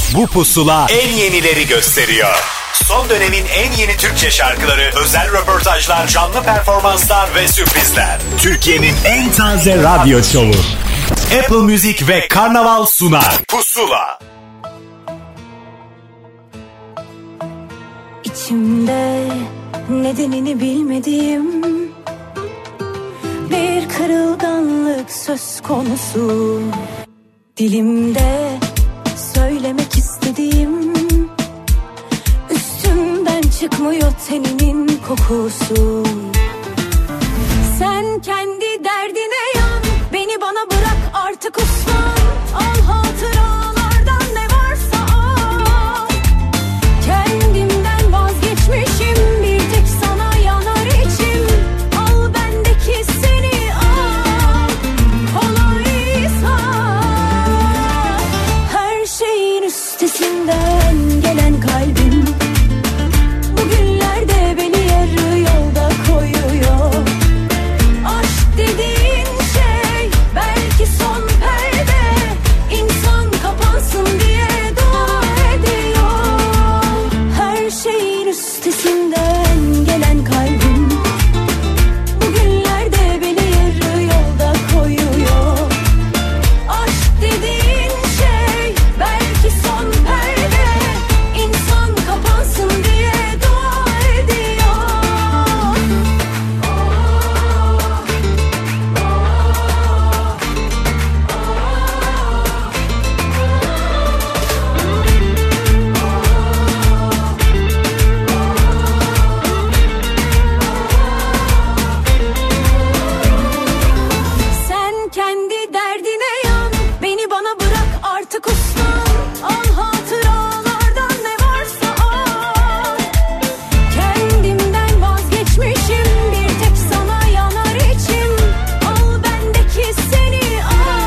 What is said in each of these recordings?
Bu pusula en yenileri gösteriyor. Son dönemin en yeni Türkçe şarkıları, özel röportajlar, canlı performanslar ve sürprizler. Türkiye'nin en taze radyo şovu. Apple Music ve Karnaval sunar. Pusula. İçimde nedenini bilmediğim bir kırılganlık söz konusu. Dilimde söylemek istediğim, üstümden çıkmıyor teninin kokusu. Sen kendi derdine yan, beni bana bırak artık uslan. Al hatıralardan ne varsa al. Kendimden vazgeçmişim, bir tek sana yanar içim. Al bendeki seni al, kolaysa. Her şeyin üstesinden gelen kalbim bugünlerde beni yarı yolda koyuyor. Aşk dediğin şey belki son perde, insan kapansın diye dua ediyor. Her şeyin üstesinden gelen kalbim bugünlerde beni yarı yolda koyuyor. Aşk dediğin şey belki son perde, insan kapansın diye dua ediyor. Sen kendi derdine yan, beni bana bırak artık uslan. Al hatıralardan ne varsa al. Kendimden vazgeçmişim, bir tek sana yanar içim. Al bendeki seni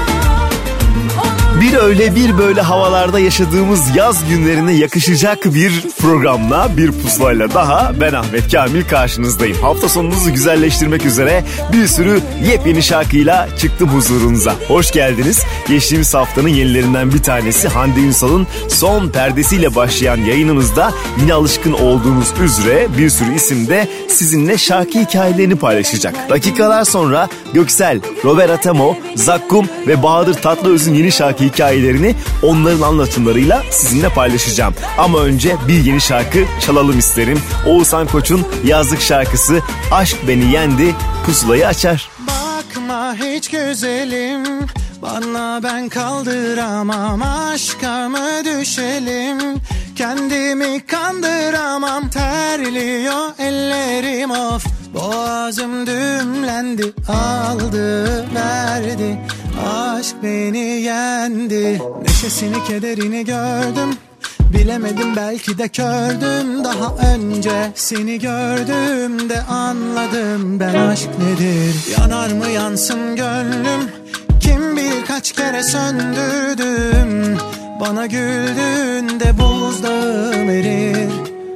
al. Bir öyle bir böyle havalarda yaşadığımız yaz günlerine yakışacak bir programla, bir pusulayla daha ben Ahmet Kamil karşınızdayım. Hafta sonunuzu güzelleştirmek üzere bir sürü yepyeni şarkıyla çıktım huzurunuza. Hoş geldiniz. Geçtiğimiz haftanın yenilerinden bir tanesi Hande Ünsal'ın Son Perdesiyle başlayan yayınımızda yine alışkın olduğunuz üzere bir sürü isim de sizinle şarkı hikayelerini paylaşacak. Dakikalar sonra Göksel, Robert Atamo, Zakkum ve Bahadır Tatlıöz'ün yeni şarkı hikayelerini onların anlatımlarıyla sizinle paylaşacağım. Ama önce bir yeni şarkı çalalım isterim. Oğuzhan Koç'un yazlık şarkısı Aşk Beni Yendi pusulayı açar. Bakma hiç güzelim, bana ben kaldıramam. Aşka mı düşelim, kendimi kandıramam. Terliyor ellerim of, boğazım düğümlendi. Aldı verdi, aşk beni yendi. Neşesini kederini gördüm, bilemedim belki de kördüm. Daha önce seni gördüğümde anladım ben aşk nedir. Yanar mı yansın gönlüm, kim bilir kaç kere söndürdüm. Bana güldüğünde buzdağım erir.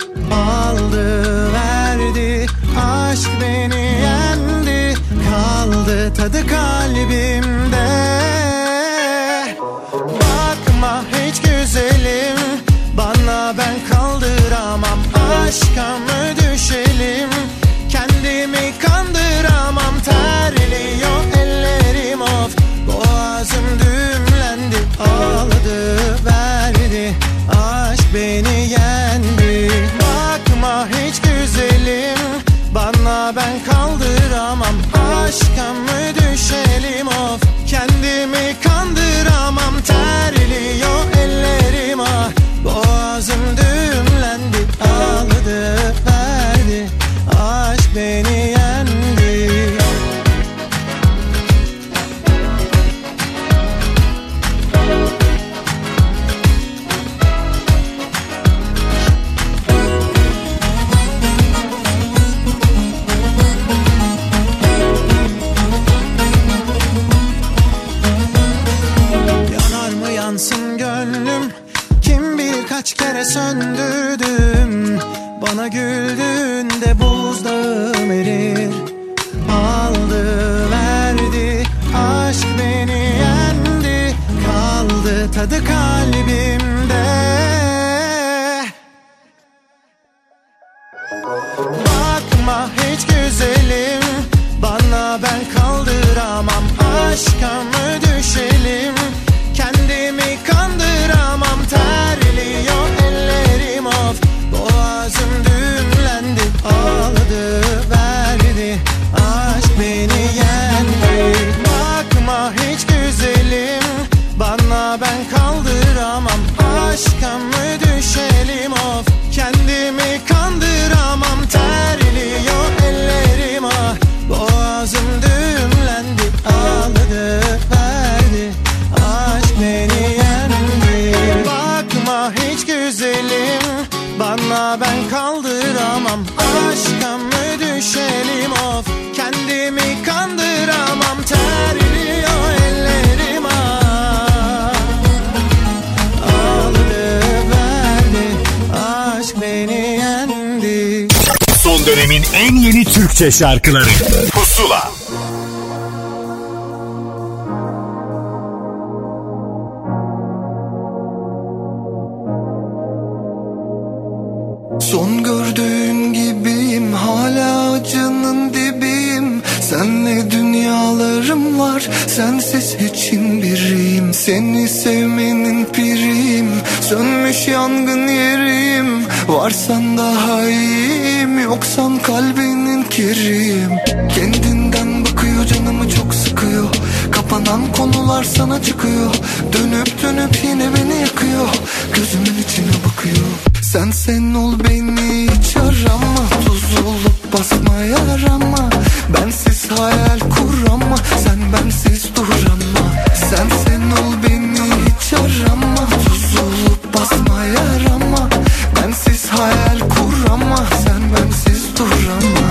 Aldı verdi, aşk beni yendi. Kaldı tadı kalbimde. Bakma hiç güzelim, bana ben kaldıramam. Aşka mı düşelim, kendimi kandıramam. Terliyor ellerim of, boğazım düğümlendi. Aldı verdi, aşk beni yendi. Bakma hiç güzelim, bana ben kaldıramam. Aşka mı düşelim of, kendimi kandıramam. Terliyor ellerim ah, boğazım düğümlendi. Aldı verdi, aşk beni yendi. Yanar mı yansın gönlüm, kim bilir kaç kere söndürdüm. Bana güldüğünde buzdağım erir. Aldı verdi, aşk beni yendi. Kaldı tadı kalbimde. dönemin en yeni Türkçe şarkıları Pusula. Son gördüğün gibiyim, hala acının dibiyim. Senle dünyalarım var, sensiz hiçin biriyim. Seni sevmenin piriyim, sönmüş yangın yeriyim. Varsan daha iyiyim, yoksan kalbinin kiriyim. Kendinden bakıyor, canımı çok sıkıyor. Kapanan konular sana çıkıyor. Dönüp dönüp yine beni yakıyor. Gözümün içine bakıyor. Sen ol, beni hiç arama. Tuz olup basma yarama. Bensiz hayal kur ama sen bensiz duramma. Sen ol, beni hiç arama. Tuz olup basma yarama. Bensiz hayal kur ama sen bensiz duramma.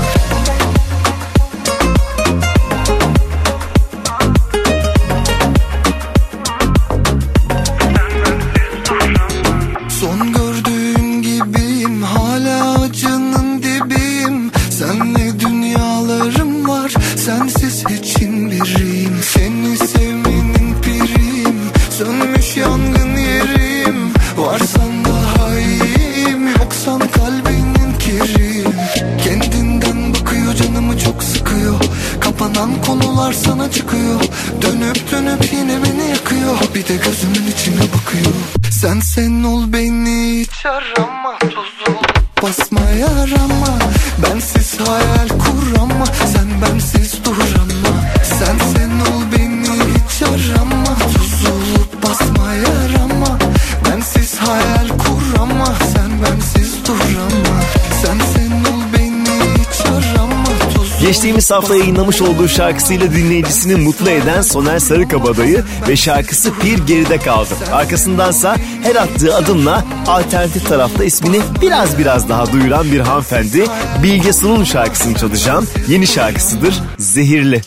Son gördüğün gibiyim, hala acının dibiyim. Senle dünyalarım var, sensiz hiçin biriyim. Seni sevmenin piriyim, sönmüş yangın yerim. Varsan daha iyiyim, yoksan kalbinin kiriyim. Kendinden bakıyor, canımı çok sıkıyor. Kapanan konular sana çıkıyor. Dönüp dönüp yine beni yakıyor. Bir de gözümün içine bakıyor. Sen ol, beni hiç arama. Tuz olup basma yarama. Bensiz hayal kur ama sen bensiz duramma. Sen ol, beni hiç arama. Tuz olup basma yarama. Bensiz hayal kur ama sen bensiz duramma. Sen ol, beni hiç arama. Geçtiğimiz hafta yayınlamış olduğu şarkısıyla dinleyicisini mutlu eden Soner Sarıkabadayı ve şarkısı Pir geride kaldı. Arkasındansa her attığı adımla alternatif tarafta ismini biraz daha duyuran bir hanımefendi Bilge Sun'un şarkısını çalacağım. Yeni şarkısıdır Zehirli.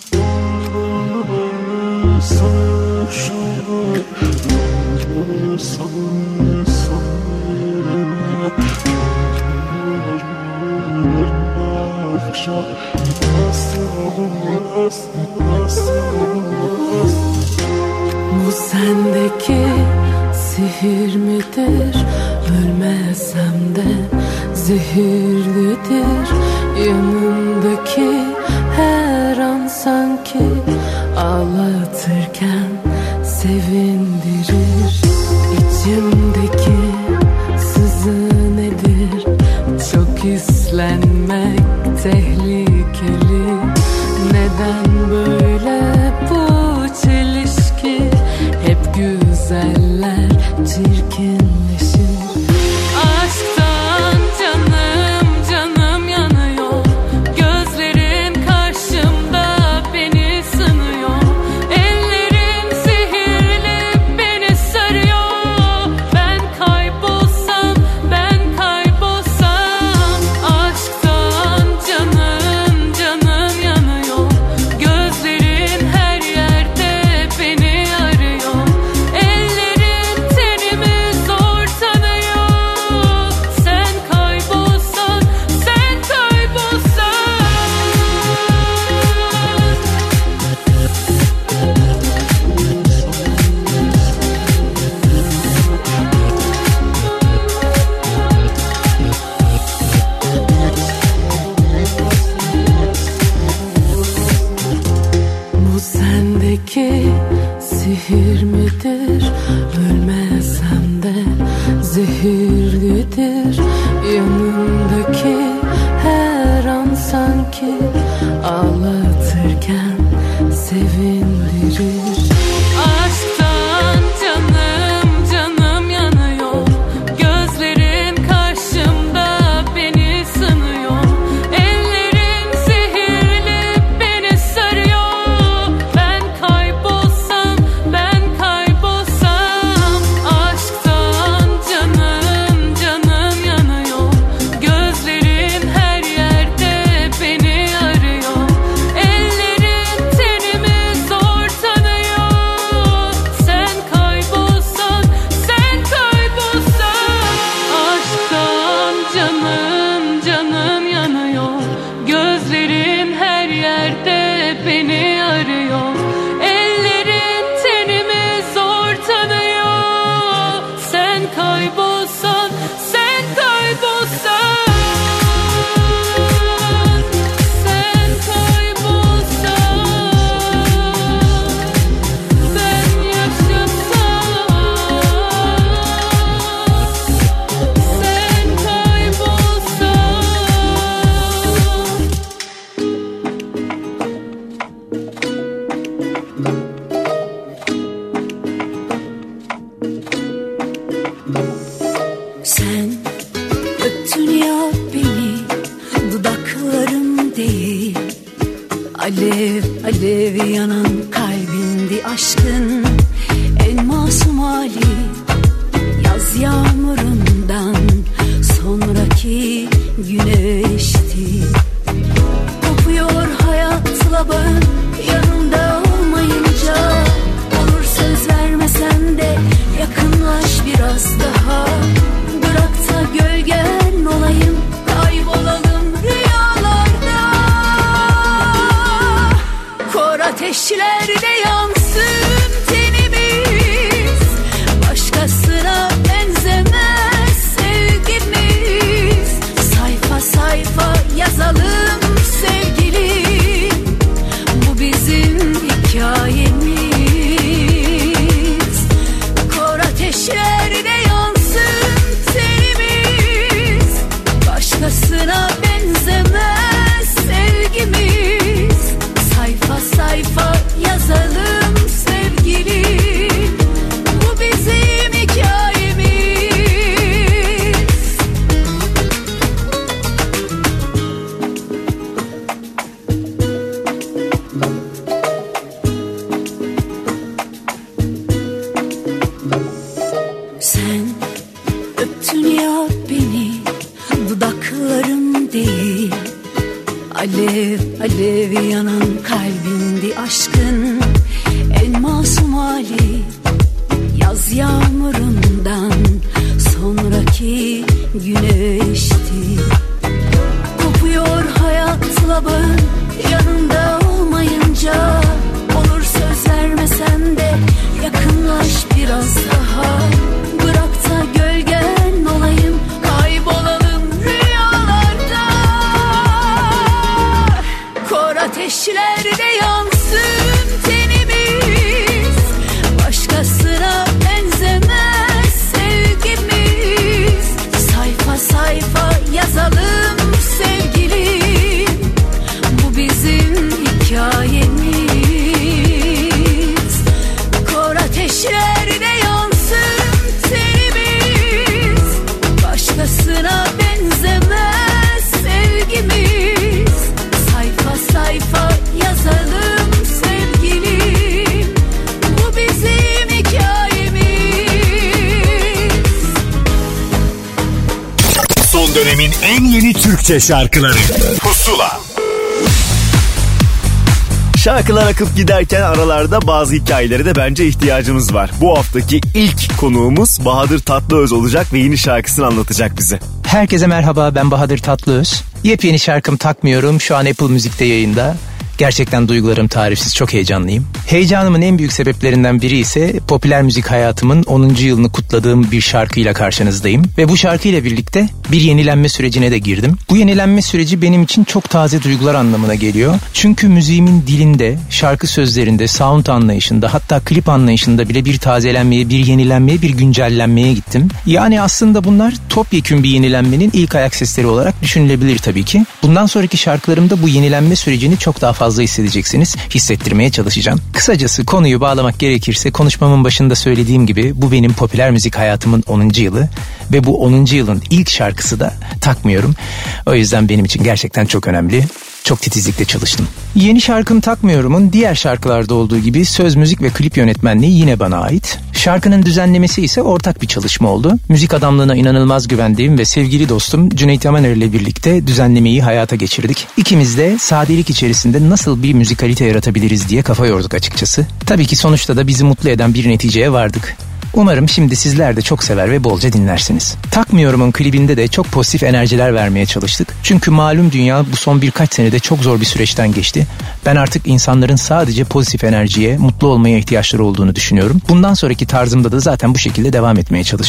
Bu sendeki sihir midir? Ölmesem de zehirlidir. Yanındaki her an sanki ağlatırken sevindirir. İçimdeki sızı nedir? Çok hislenmek tehlikeli. Neden böyle bu çelişki? Hep güzeller çirkinleşir. Aşktan canım yanıyor. Gözlerin karşımda beni sınıyor. Ellerin sihirli beni sarıyor. Ben kaybolsam aşktan canım yanıyor. Gözlerin her yerde beni arıyor. Ellerin tenimi zor tanıyor. Sen kaybolsan Bu sendeki sihir midir? Ölmesem de zehirlidir. Yanındaki her an sanki ağlatırken sevindirir. Aşktan canım yanıyor. Gözlerin karşımda beni sınıyor. Ellerin sihirli beni sarıyor. Ben kaybolsam aşktan canım kaybolsan, sen kaybolsan, sen kaybolsan, ben yaşasam, sen kaybolsan. Sen öptün ya beni, dudaklarım değil. Alev alev yanan kalbindi aşkın en masum hali. Yaz yağmurundan sonraki güneşti. Kopuyor hayatla bağın yanımda olmayınca. Olur söz vermesen de yakınlaş biraz daha. Bırak da gölgen olayım, kaybolalım rüyalarda. Kor ateşlerde yansın tenimiz, başkasına benzemez sevgimiz. Sayfa sayfa yazalım sevgilim, bu bizim hikayemiz. Kor ateşlerde yansın tenimiz, başkasına benzemez sevgimiz. Sayfa sayfa yazalım sevgilim, bu bizim hikayemiz. Sen öptün ya beni, dudaklarım değil. Alev alev yanan kalbindi aşkın en masum hali. Yaz yağmurundan sonraki güneşti. Kopuyor hayatla bağın yanında olmayınca. Olur söz vermesen de yakınlaş biraz daha. Bırak da gölgen olayım, kaybolalım rüyalarda. Kor ateşlerde yansın tenimiz, başkasına benzemez sevgimiz. Sayfa sayfa yazalım sevgilim, bu bizim hikayemiz. Kor ateşlerde yansın tenimiz, başkasına benzemez sevgimiz. Sayfa sayfa yazalım sevgilim, bu bizim hikayemiz. Son dönemin en yeni Türkçe şarkıları Pusula. Şarkılar akıp giderken aralarda bazı hikayelere de bence ihtiyacımız var. Bu haftaki ilk konuğumuz Bahadır Tatlıöz olacak ve yeni şarkısını anlatacak bize. Herkese merhaba, ben Bahadır Tatlıöz. Yepyeni şarkım Takmıyorum şu an Apple Müzik'te yayında. Gerçekten duygularım tarifsiz, çok heyecanlıyım. Heyecanımın en büyük sebeplerinden biri ise popüler müzik hayatımın 10. yılını kutladığım bir şarkıyla karşınızdayım. Ve bu şarkıyla birlikte bir yenilenme sürecine de girdim. Bu yenilenme süreci benim için çok taze duygular anlamına geliyor. Çünkü müziğimin dilinde, şarkı sözlerinde, sound anlayışında, hatta klip anlayışında bile bir tazelenmeye, bir yenilenmeye, bir güncellenmeye gittim. Yani aslında bunlar topyekün bir yenilenmenin ilk ayak sesleri olarak düşünülebilir tabii ki. Bundan sonraki şarkılarımda bu yenilenme sürecini çok daha fazla hissedeceksiniz. Hissettirmeye çalışacağım. Kısacası konuyu bağlamak gerekirse konuşmamın başında söylediğim gibi bu benim popüler müzik hayatımın 10. yılı ve bu 10. yılın ilk şarkısı da Takmıyorum. O yüzden benim için gerçekten çok önemli. Çok titizlikle çalıştım. Yeni şarkım Takmıyorum'un diğer şarkılarda olduğu gibi söz, müzik ve klip yönetmenliği yine bana ait. Şarkının düzenlemesi ise ortak bir çalışma oldu. Müzik adamlığına inanılmaz güvendiğim ve sevgili dostum Cüneyt Amaner ile birlikte düzenlemeyi hayata geçirdik. İkimiz de sadelik içerisinde nasıl bir müzikalite yaratabiliriz diye kafa yorduk açıkçası. Tabii ki sonuçta da bizi mutlu eden bir neticeye vardık. Umarım şimdi sizler de çok sever ve bolca dinlersiniz. Takmıyorum'un klibinde de çok pozitif enerjiler vermeye çalıştık. Çünkü malum dünya bu son birkaç senede çok zor bir süreçten geçti. Ben artık insanların sadece pozitif enerjiye, mutlu olmaya ihtiyaçları olduğunu düşünüyorum. Bundan sonraki tarzımda da zaten bu şekilde devam etmeye çalışacağım.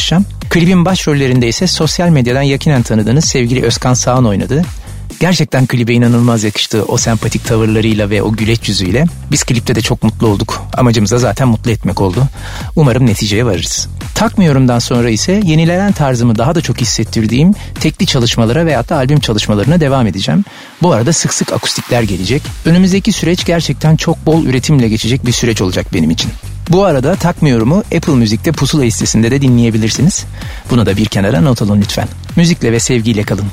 Klibin başrollerinde ise sosyal medyadan yakinen tanıdığınız sevgili Özkan Sağan oynadı. Gerçekten klibe inanılmaz yakıştı o sempatik tavırlarıyla ve o güleç yüzüyle. Biz klipte de çok mutlu olduk. Amacımız da zaten mutlu etmek oldu. Umarım neticeye varırız. Takmıyorum'dan sonra ise yenilenen tarzımı daha da çok hissettirdiğim tekli çalışmalara veyahut da albüm çalışmalarına devam edeceğim. Bu arada sık sık akustikler gelecek. Önümüzdeki süreç gerçekten çok bol üretimle geçecek bir süreç olacak benim için. Bu arada Takmıyorum'u Apple Müzik'te Pusula listesinde de dinleyebilirsiniz. Bunu da bir kenara not alın lütfen. Müzikle ve sevgiyle kalın.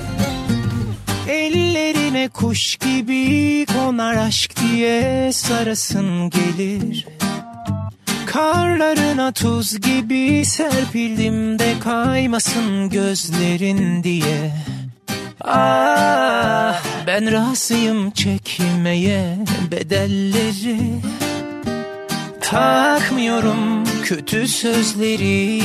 Ellerine kuş gibi konar aşk diye sarasın gelir. Karlarına tuz gibi serpildim de kaymasın gözlerin diye. Ah, ben razıyım çekmeye bedelleri. Takmıyorum kötü sözleri.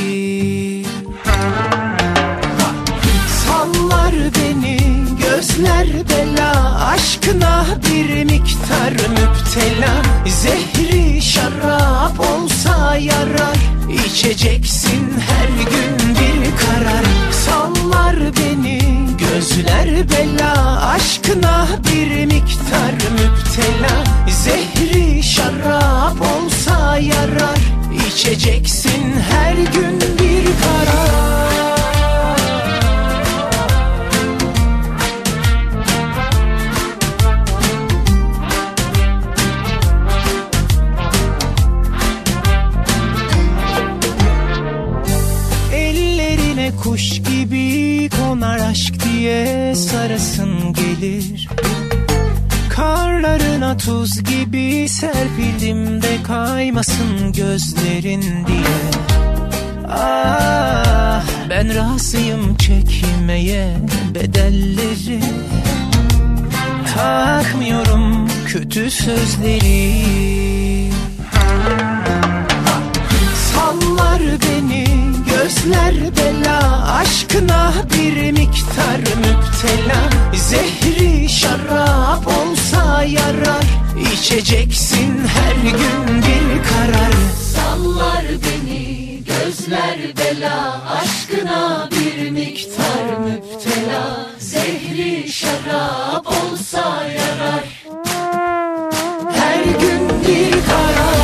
Sallar beni gözler bela, aşkına bir miktar müptela. Zehri şarap olsa yarar, içeceksin her gün bir karar. Sallar beni gözler bela, aşkına bir miktar müptela. Zehri şarap olsa yarar, içeceksin her gün bir karar. Kuş gibi konar aşk diye sarasın gelir. Karlarına tuz gibi serpildim de kaymasın gözlerin diye. Ah, ben razıyım çekmeye bedelleri. Takmıyorum kötü sözleri. Sallar beni gözler bela, aşkına bir miktar müptela. Zehri şarap olsa yarar, içeceksin her gün bir karar. Sallar beni gözler bela, aşkına bir miktar müptela. Zehri şarap olsa yarar, her gün bir karar.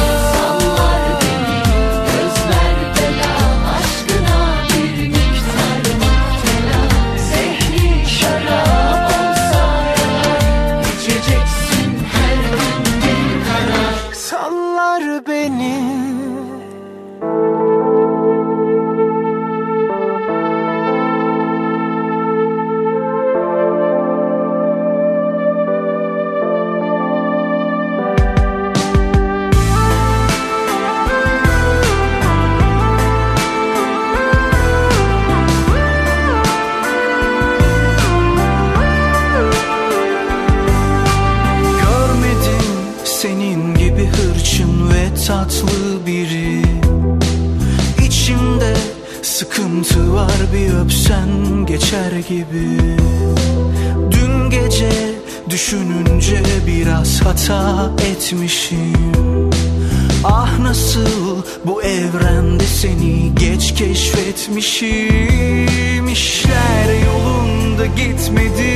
Tatlı biri, içimde sıkıntı var, bir öpsen geçer gibi. Dün gece düşününce biraz hata etmişim. Ah nasıl bu evrende seni geç keşfetmişim. İşler yolunda gitmedi,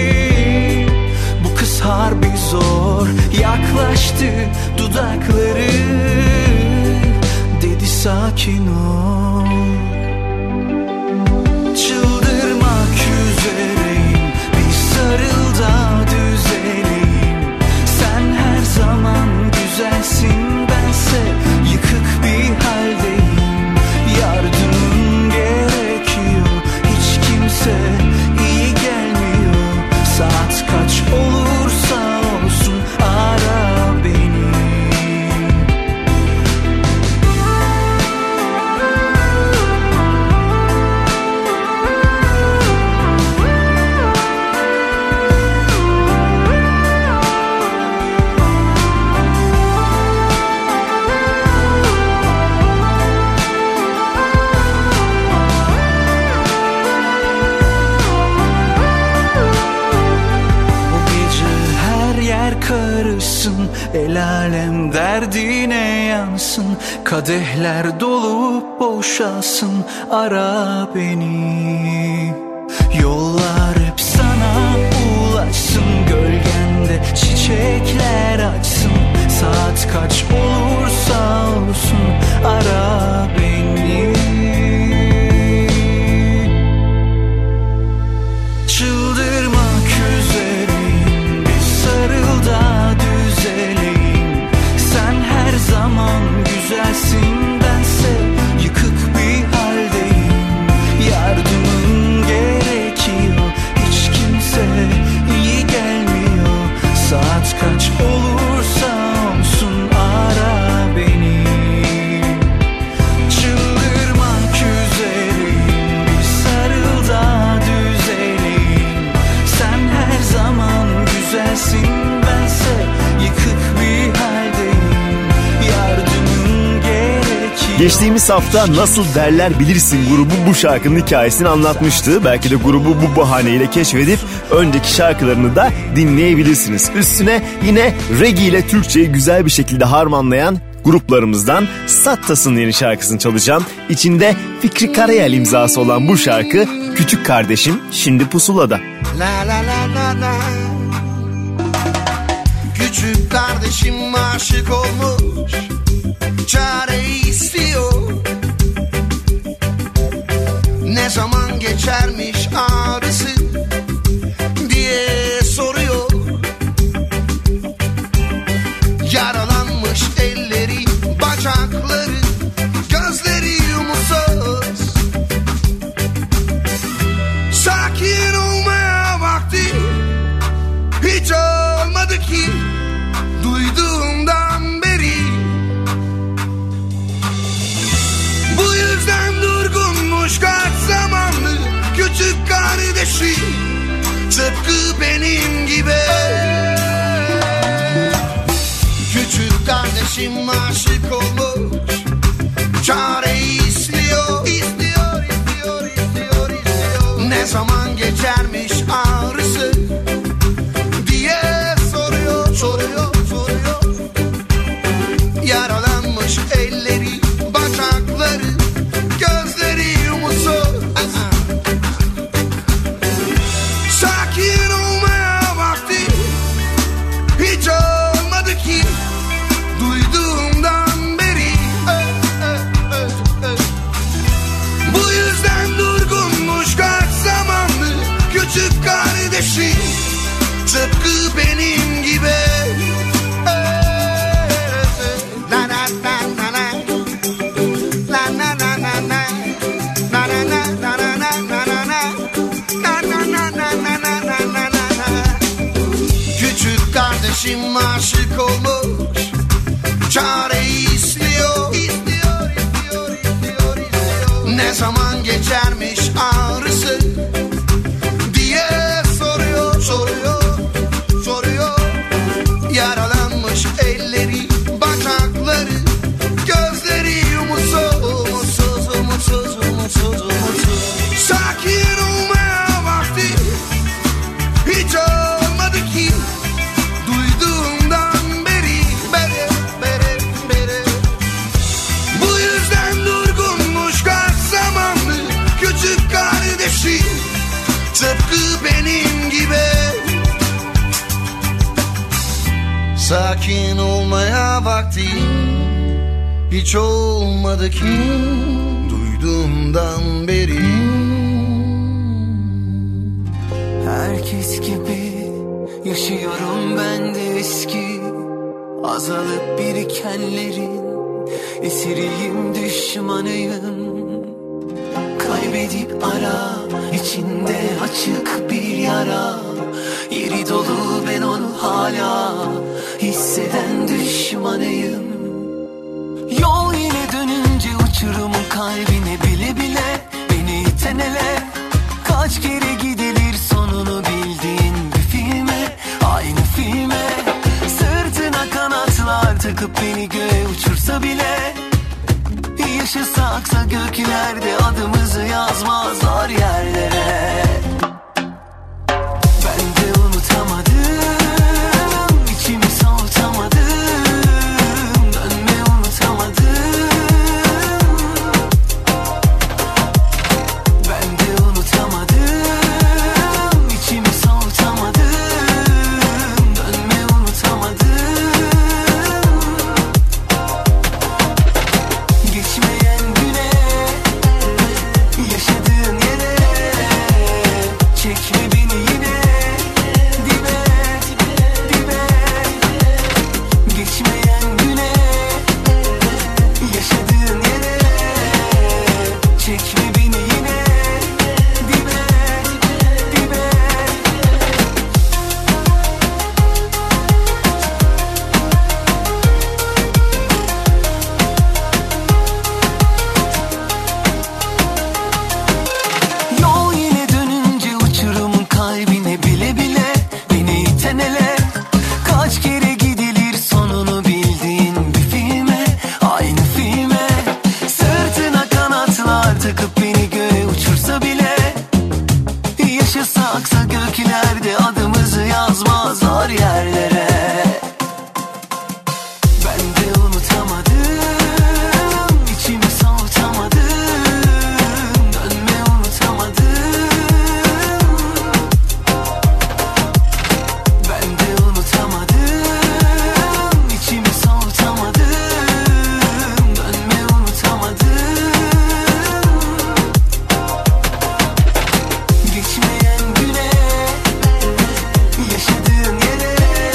bu kız harbi zor. Yaklaştı dudakları, dedi sakin ol. Çıldırmak üzereyim, bir sarıl da düzeleyim. Sen her zaman güzelsin, bense yıkık bir haldeyim. Yardımın gerekiyor, hiç kimse iyi gelmiyor. Saat kaç olursa olsun ara beni. El alem derdine yansın, kadehler dolup boşalsın. Ara beni, yollar hep sana ulaşsın. Gölgende çiçekler açsın. Saat kaç olursa olsun ara beni. Çıldırmak üzereyim, bir sarıl da düzeleyim. Sen her zaman güzelsin, bense yıkık bir haldeyim. Yardımın gerekiyor, hiç kimse iyi gelmiyor. Saat kaç olursa olsun ara beni. Çıldırmak üzereyim, bir sarıl da düzeleyim. Sen her zaman güzelsin, bense yıkık bir haldeyim. Yardımın gerekiyor. Geçtiğimiz hafta Nasıl Derler Bilirsin grubu bu şarkının hikayesini anlatmıştı. Belki de grubu bu bahaneyle keşfedip önceki şarkılarını da dinleyebilirsiniz. Üstüne yine reggae ile Türkçeyi güzel bir şekilde harmanlayan gruplarımızdan Sattas'ın yeni şarkısını çalacağım. İçinde Fikri Karayel imzası olan bu şarkı Küçük Kardeşim şimdi pusulada. La la la la la. Küçük kardeşim aşık olmuş, çareyi istiyor. Ne zaman geçermiş ağrısı diye soruyor. Yaralanmış elleri, bacakları, gözleri yumuşak. Sakin olmaya vakti hiç olmadı ki duyduğumdan beri. Bu yüzden durgunmuş kaç zamandır küçük kardeşi, tıpkı benim gibi. Küçük kardeşim aşık olmuş, çareyi istiyor, istiyor, istiyor, istiyor, istiyor. Ne zaman geçermiş ağrısı diye soruyor, soruyor, soruyor. Yaralanmış elleri, bacakları, gözleri yumuşak. Sakin olmaya vakti hiç olmadı ki duyduğumdan beri. Bu yüzden durgunmuş kaç zamandır küçük kardeşi, tıpkı benim gibi. La la la la la. La la la la la. La la la la la la la la. La la la la la la la la. Küçük kardeşim aşık olmuş, çareyi istiyor, istiyor, istiyor, istiyor, istiyor. Ne zaman geçermiş ağrısı diye soruyor, soruyor, soruyor. Yaralanmış elleri, bacakları, gözleri yumuşak, umutsuz, umutsuz, umutsuz, umutsuz. Sakin olmaya vakti hiç olmadı ki duyduğumdan beri, beri, beri, beri. Bu yüzden durgunmuş kaç zamandır küçük kardeşi, tıpkı benim gibi. Sakin olmaya vakti hiç olmadı ki duyduğumdan beri. Herkes gibi yaşıyorum ben de eski, azalıp birikenlerin esiriyim, düşmanıyım. Kaybedip ara, içinde açık bir yara, yeri dolu ben onu hala hisseden düşmanıyım. Yol yine dönünce uçurumun kalbine bile bile beni iten ele. Kaç kere gidilir sonunu bildiğin bir filme, aynı filme. Sırtına kanatlar takıp beni göğe uçursa bile, yaşasaksa göklerde adımızı yazmazlar yerlere. Ben de unutamadım, içimi soğutamadım. Eskiler de adımızı yazmazlar yerlere. Ben de unutamadım, içimi soğutamadım, dönme unutamadım. Ben de unutamadım, içimi soğutamadım, dönme unutamadım. Geçmeyen güne, yaşadığın yere,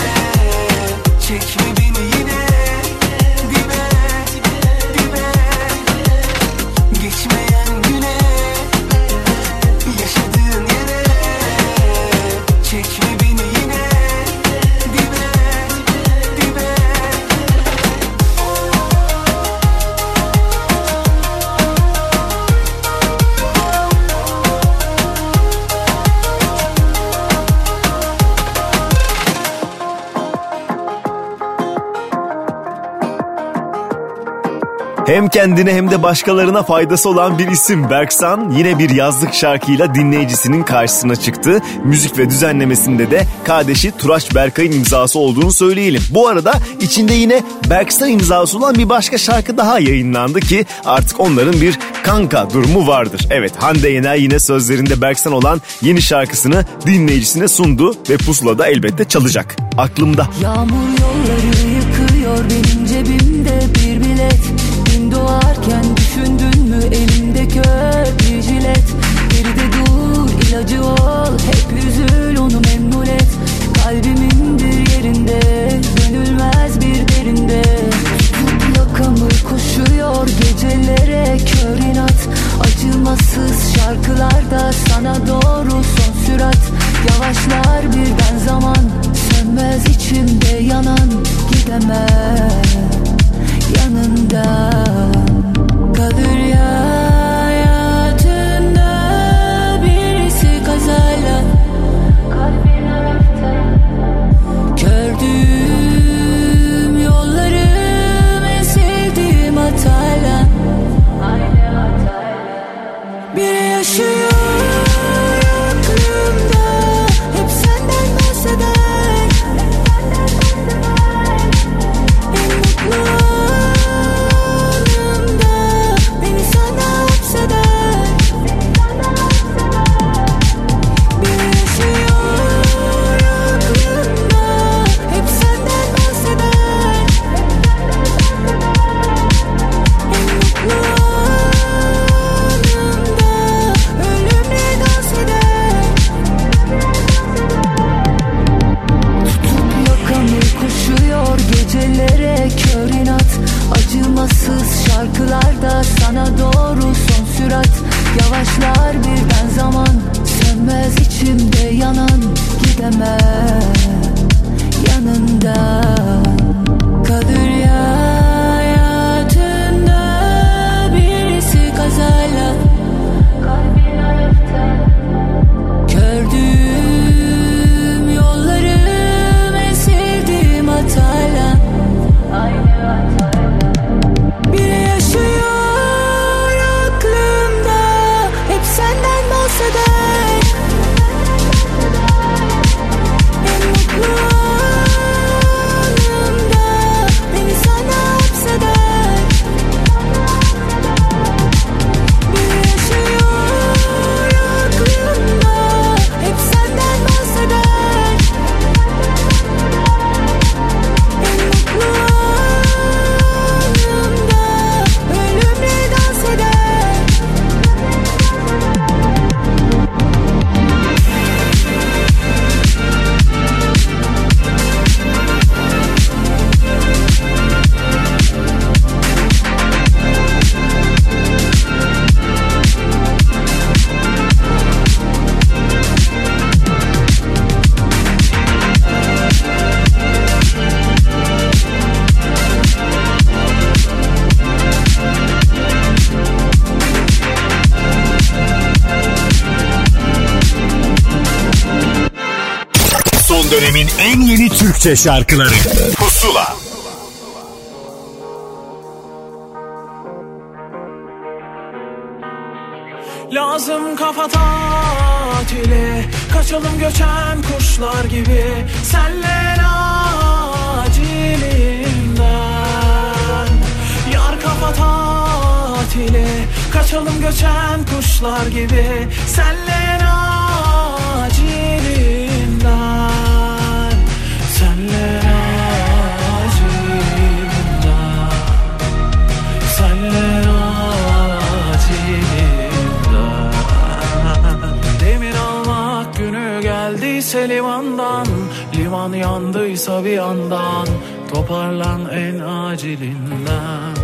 çekme beni yine dibe, dibe. Geçmeyen güne, yaşadığın yere, çekme beni yine dibe, dibe. Hem kendine hem de başkalarına faydası olan bir isim Berksan yine bir yazlık şarkıyla dinleyicisinin karşısına çıktı. Müzik ve düzenlemesinde de kardeşi Turaç Berkay'ın imzası olduğunu söyleyelim. Bu arada içinde yine Berksan imzası olan bir başka şarkı daha yayınlandı ki artık onların bir kanka durumu vardır. Evet, Hande Yener yine sözlerinde Berksan olan yeni şarkısını dinleyicisine sundu ve Pusula'da elbette çalacak. Aklımda. Yağmur yolları yıkıyor, benim cebimde bir bilet. Gün doğarken düşündün mü elimde kör bir jilet. Geride dur, ilacı ol, hep üzül onu memnun et. Kalbimin bir yerinde, dönülmez bir derinde. Tut yakamı koşuyor gecelere kör inat. Acımasız şarkılarda sana doğru son sürat. Yavaşlar birden zaman, sönmez içimde yanan. Gidemem yanında, kalır ya hayatında birisi kazayla. Kalbin ayakta, kördüğüm yollarım en sevdiğim hatayla. Aynı hatayla. Biri yaşıyor aklımda, hep senden bahseder. En mutlu anımda beni sana hapseder. Biri yaşıyor aklımda, hep senden bahseder. En mutlu anımda ölümle dans eder. Tutup yakamı koşuyor gecelere kör inat. Acımasız şarkılarda sana doğru son sürat. Yavaşlar birden zaman, sönmez içimde yanan. Gidemem yanında, kalır ya hayatında birisi kazayla. Kalbin ayakta, kördüğüm yollarım en sevdiğim hatayla. Aynı hatayla. Biri yaşıyor aklımda, hep senden bahseder. En mutlu anımda beni sana hapseder. Biri yaşıyor aklımda, hep senden bahseder. En mutlu anımda ölümle dans eder. Son dönemin en yeni Türkçe şarkıları Pusula. Lazım kafa tatili, Kaçalım göçen kuşlar gibi senle acilimden. Yar kafa tatili. Kaçalım göçen kuşlar gibi senle acilimden. Senle acilimden. Senle acilimden. Demir almak günü geldiyse limandan, liman yandıysa bir yandan, toparlan en acilinden.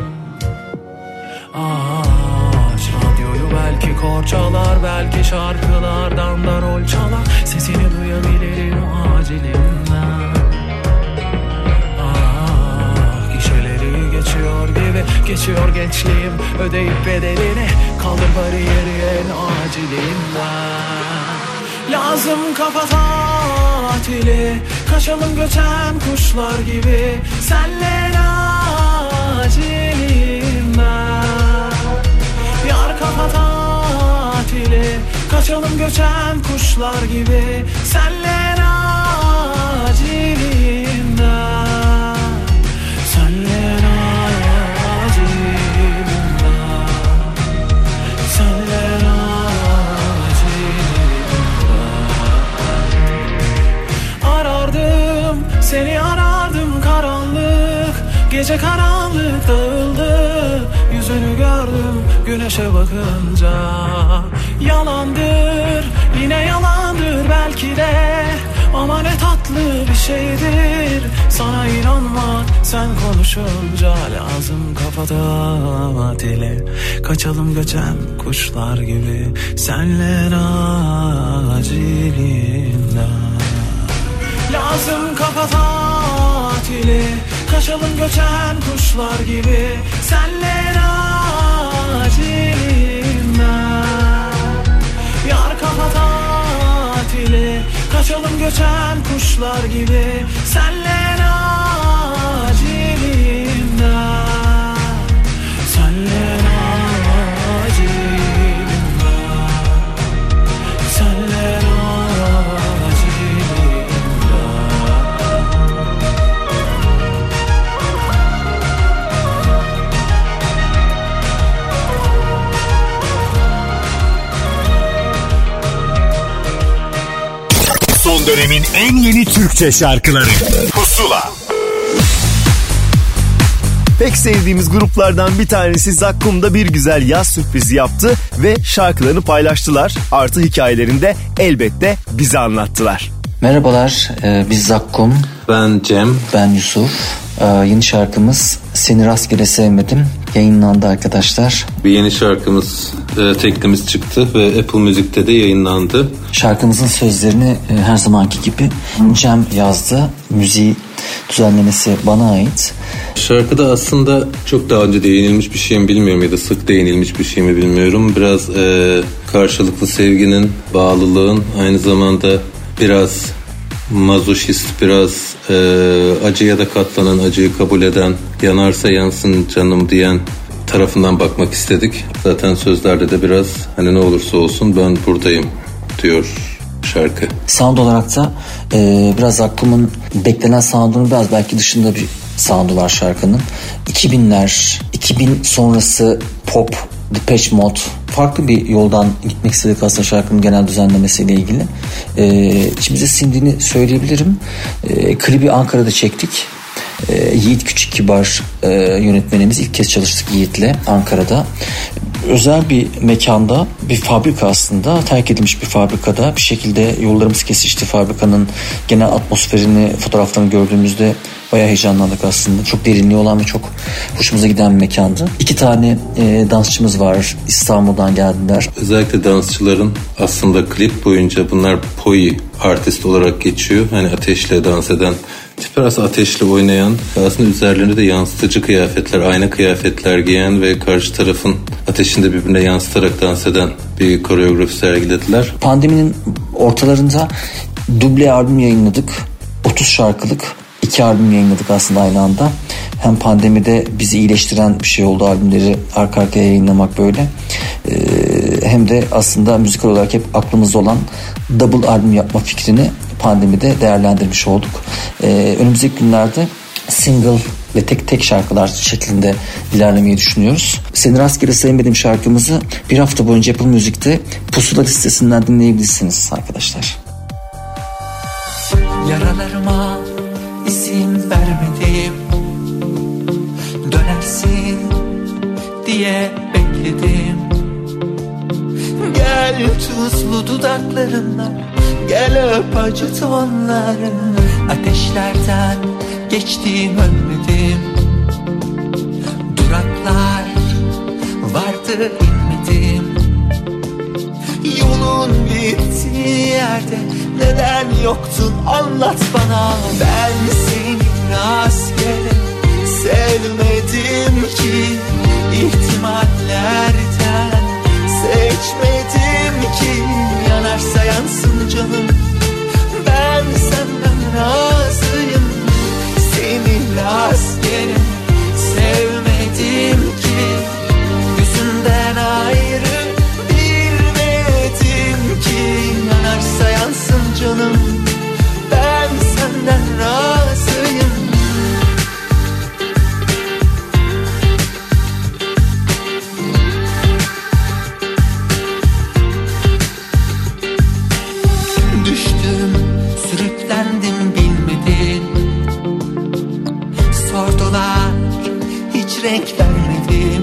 Aç radyoyu, belki korçalar, belki şarkılardan da rol çalar, sesini duyabilirim acilinden. Gişeleri geçiyor gibi geçiyor gençliğim, ödeyip bedelini, kaldır bariyeri en acilinden. Lazım kafa tatili. Kaçalım göçen kuşlar gibi senle acilimden. Yar kafa tatili. Kaçalım göçen kuşlar gibi senle acilimden. Senle acilimden. Senle seni arardım karanlık, gece karanlık dağıldı, yüzünü gördüm güneşe bakınca. Yalandır, yine yalandır belki de, ama ne tatlı bir şeydir sana inanmak, sen konuşunca. Lazım kafada dile. Kaçalım göçen kuşlar gibi senle acilinden. Lazım kafa tatili. Kaçalım göçen kuşlar gibi senle acilimden. Yar kafa tatili. Kaçalım göçen kuşlar gibi senle acilimden. Senle acilimden. Senle acilimden. Son dönemin en yeni Türkçe şarkıları Pusula. Pek sevdiğimiz gruplardan bir tanesi Zakkum'da bir güzel yaz sürprizi yaptı ve şarkılarını paylaştılar. Artı hikayelerini de elbette bize anlattılar. Merhabalar, biz Zakkum. Ben Cem. Ben Yusuf. Yeni şarkımız Seni Rastgele Sevmedim yayınlandı arkadaşlar. Bir yeni şarkımız, teklimiz çıktı ve Apple Music'te de yayınlandı. Şarkımızın sözlerini her zamanki gibi Cem yazdı. Müziği düzenlemesi bana ait. Şarkıda aslında çok daha önce değinilmiş bir şey mi bilmiyorum ya da sık değinilmiş bir şey mi bilmiyorum. Biraz karşılıklı sevginin, bağlılığın, aynı zamanda biraz mazoşist, biraz acıya da katlanan, acıyı kabul eden, yanarsa yansın canım diyen tarafından bakmak istedik. Zaten sözlerde de biraz hani ne olursa olsun ben buradayım diyor şarkı. Sound olarak da biraz Zakkum'un beklenen sound'unun biraz belki dışında bir sound'u var şarkının. 2000'ler, 2000 sonrası pop, Depeche Mode, farklı bir yoldan gitmek istedik aslında şarkının genel düzenlemesiyle ilgili. İçimize sindiğini söyleyebilirim. Klibi Ankara'da çektik. Yiğit Küçük Kibar yönetmenimiz, ilk kez çalıştık Yiğit'le Ankara'da. Özel bir mekanda, bir fabrika aslında, terk edilmiş bir fabrikada bir şekilde yollarımız kesişti. Fabrikanın genel atmosferini, fotoğraflarını gördüğümüzde bayağı heyecanlandık aslında. Çok derinliği olan ve çok hoşumuza giden bir mekandı. 2 tane dansçımız var, İstanbul'dan geldiler. Özellikle dansçıların aslında klip boyunca bunlar poi artist olarak geçiyor. Hani ateşle dans eden tipler, aslında ateşle oynayan, aslında üzerlerinde de yansıtıcı kıyafetler, ayna kıyafetler giyen ve karşı tarafın ateşini de birbirine yansıtarak dans eden bir koreografi sergilediler. Pandeminin ortalarında duble albüm yayınladık. 30 şarkılık 2 albüm yayınladık aslında aynı anda. Hem pandemide bizi iyileştiren bir şey oldu albümleri arka arkaya yayınlamak böyle. hem de aslında müzikal olarak hep aklımızda olan double albüm yapma fikrini pandemide değerlendirmiş olduk. Önümüzdeki günlerde single ve tek şarkılar şeklinde ilerlemeyi düşünüyoruz. Seni Rastgele Sevmediğim şarkımızı bir hafta boyunca Apple Müzik'te Pusula listesinden dinleyebilirsiniz arkadaşlar. Yaralarıma izin vermedim, dönersin diye bekledim. Gel tuzlu dudaklarınla, gel öp acı tonları. Ateşlerden geçtim ölmedim, duraklar vardı inmedim. Yolun bittiği yerde neden yoktun anlat bana. Ben seni rastgele sevmedim ki, ihtimallerden seçmedim ki. Yanarsa yansın canım, ben senden razıyım. Seni rastgele sevmedim ki, yüzünden ayrı bilmedim ki. Yanarsa yansın canım, ben senden razıyım. Düştüm, sürüklendim bilmedin. Sordular, hiç renk vermedim.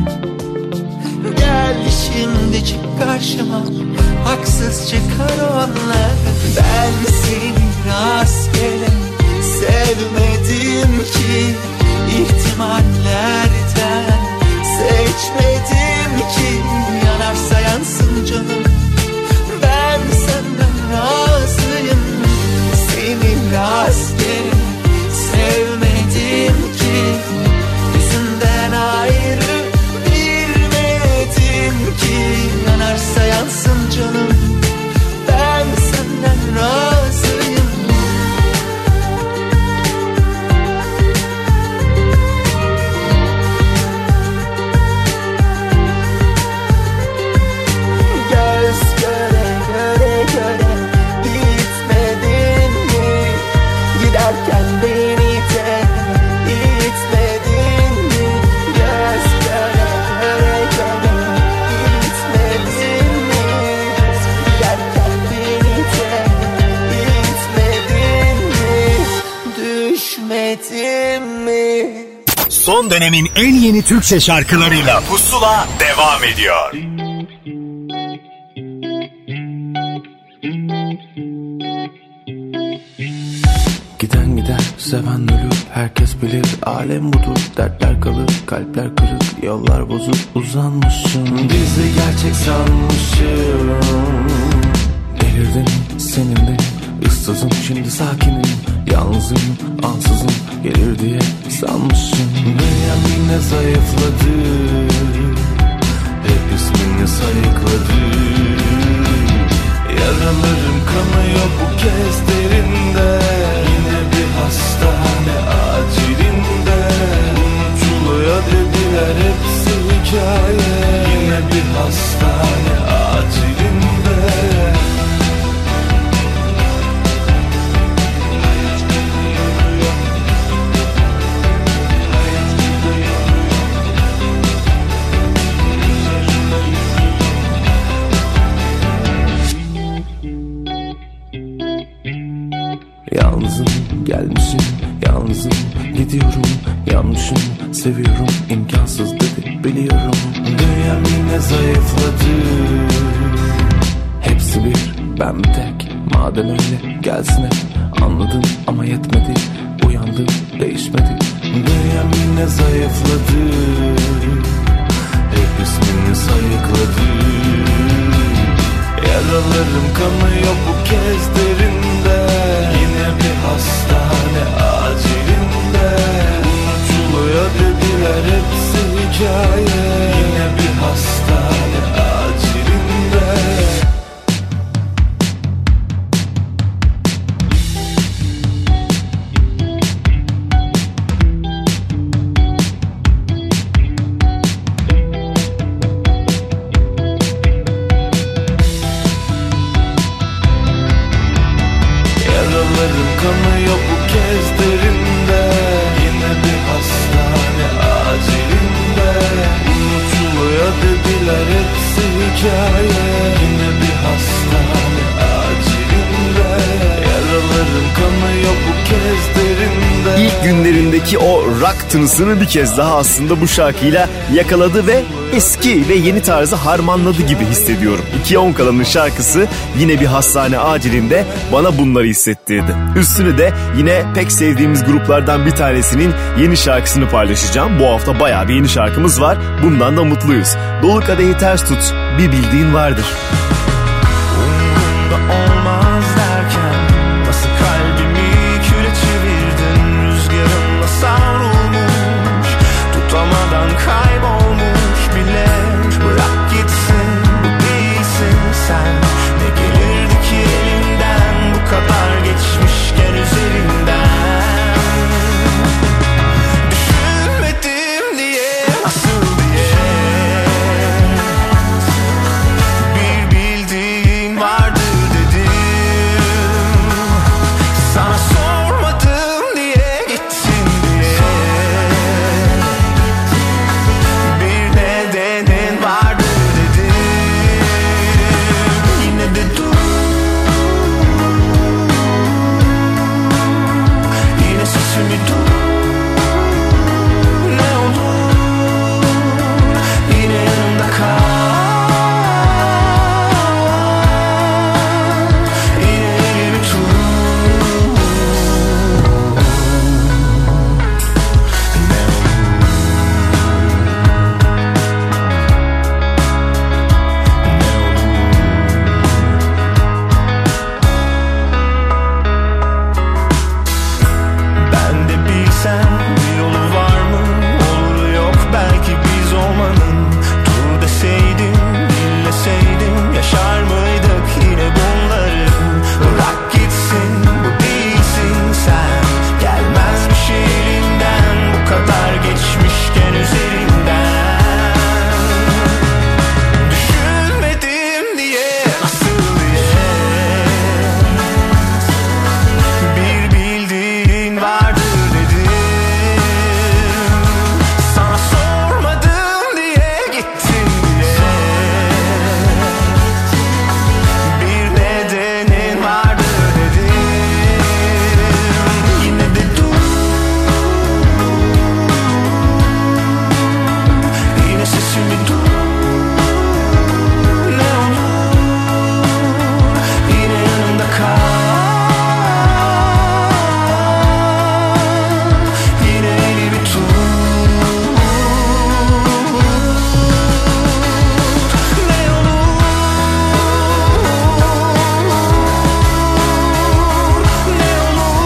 Gel şimdi çık karşıma, haksız çıkar onlar. Ben seni rastgele sevmedim ki, ihtimallerden seçmedim ki. Yanarsa yansın canım, ben senden razıyım. Seni rastgele sevmedim ki, yüzünden ayrı bilmedim ki. Yanarsa yansın canım, ben senden razıyım. Göz göre göre göre gitmedin mi? Giderken beni de gitmedin mi? Göz göre göre göre gitmedin mi? Giderken beni de gitmedin mi? Düşmedin mi? Son dönemin en yeni Türkçe şarkılarıyla Pusula devam ediyor. Giden gider, seven ölür, herkes bilir, alem budur. Dertler kalır, kalpler kırık, yollar bozuk, uzanmışım. Bizi gerçek sanmışım. Delirdim, seninle ıssızım, şimdi sakinim. Yalnızım, ansızım, gelir diye sanmışım. Dünyam yine zayıfladı, hep ismini sayıkladı. Yaralarım kanıyor bu kez derinde. Yine bir hastane acilinde. Unutuluyor dediler, hepsi hikaye. Yine bir hastane acilinde. Yalnızım, gelmişim, yalnızım, gidiyorum, yanlışım, seviyorum, imkansız dedi, biliyorum. Dünyam yine zayıfladı, hepsi bir, ben bir tek. Madem öyle gelsin hep, anladım ama yetmedi. Uyandım, değişmedi. Dünyam yine zayıfladı, hep ismini sayıkladı. Yaralarım kanıyor bu kez derinde. Yine bir hastane acilinde. Unutuluyor dediler, hepsi hikaye. Yine bir hastane acilinde. kanıyor bu kez derinde. Yine bir hastane acilinde. Unutuluyor dediler hepsi hikaye. Yine bir hastane acilinde. Yaralarım kanıyor bu kez derinde. İlk günlerindeki o rock tınısını bir kez daha aslında bu şarkıyla yakaladı ve eski ve yeni tarzı harmanladı gibi hissediyorum. 2'ye 10 kalanın şarkısı Yine Bir Hastane Acilinde bana bunları hissettirdi. Üstüne de yine pek sevdiğimiz gruplardan bir tanesinin yeni şarkısını paylaşacağım. Bu hafta bayağı bir yeni şarkımız var. Bundan da mutluyuz. Dolu kadehi ters tut, bir bildiğin vardır. Umurumda olmaz derken nasıl kalbimi küre çevirdin. Rüzgarımla savrulmuş, tutamadan kaybolmuş bile. Bırak gitsin, bu değilsin sen. Ne gelirdi ki elinden, bu kadar geçmişken üzerinden. Düşünmedim diye, nasıl diye. Bir bildiğin vardır dedim. Sana sormadım diye, gittin diye. Bir nedenin vardır dedim. Yine de dur. Yine sesimi dur. Ne olur yine yanımda kal. Yine elimi tut. Ne Ben de bilsem bir yolu var mı? Olur yok belki biz olmanın. Dur deseydim, dinleseydim, yaşar mıydık yine bunları? Bırak gitsin, bu değilsin sen. Gelmez bir şey elinden, bu kadar geçmişken üzerinden. Düşünmedim diye, nasıl diye. Bir bildiğin vardır dedim. Sana sormadım diye, gittin diye. Bir nedenin vardır dedim. Yine de dur. Yine sesimi dur. Ne olur yine yanımda kal. Yine elimi tut. Ne olur. Ne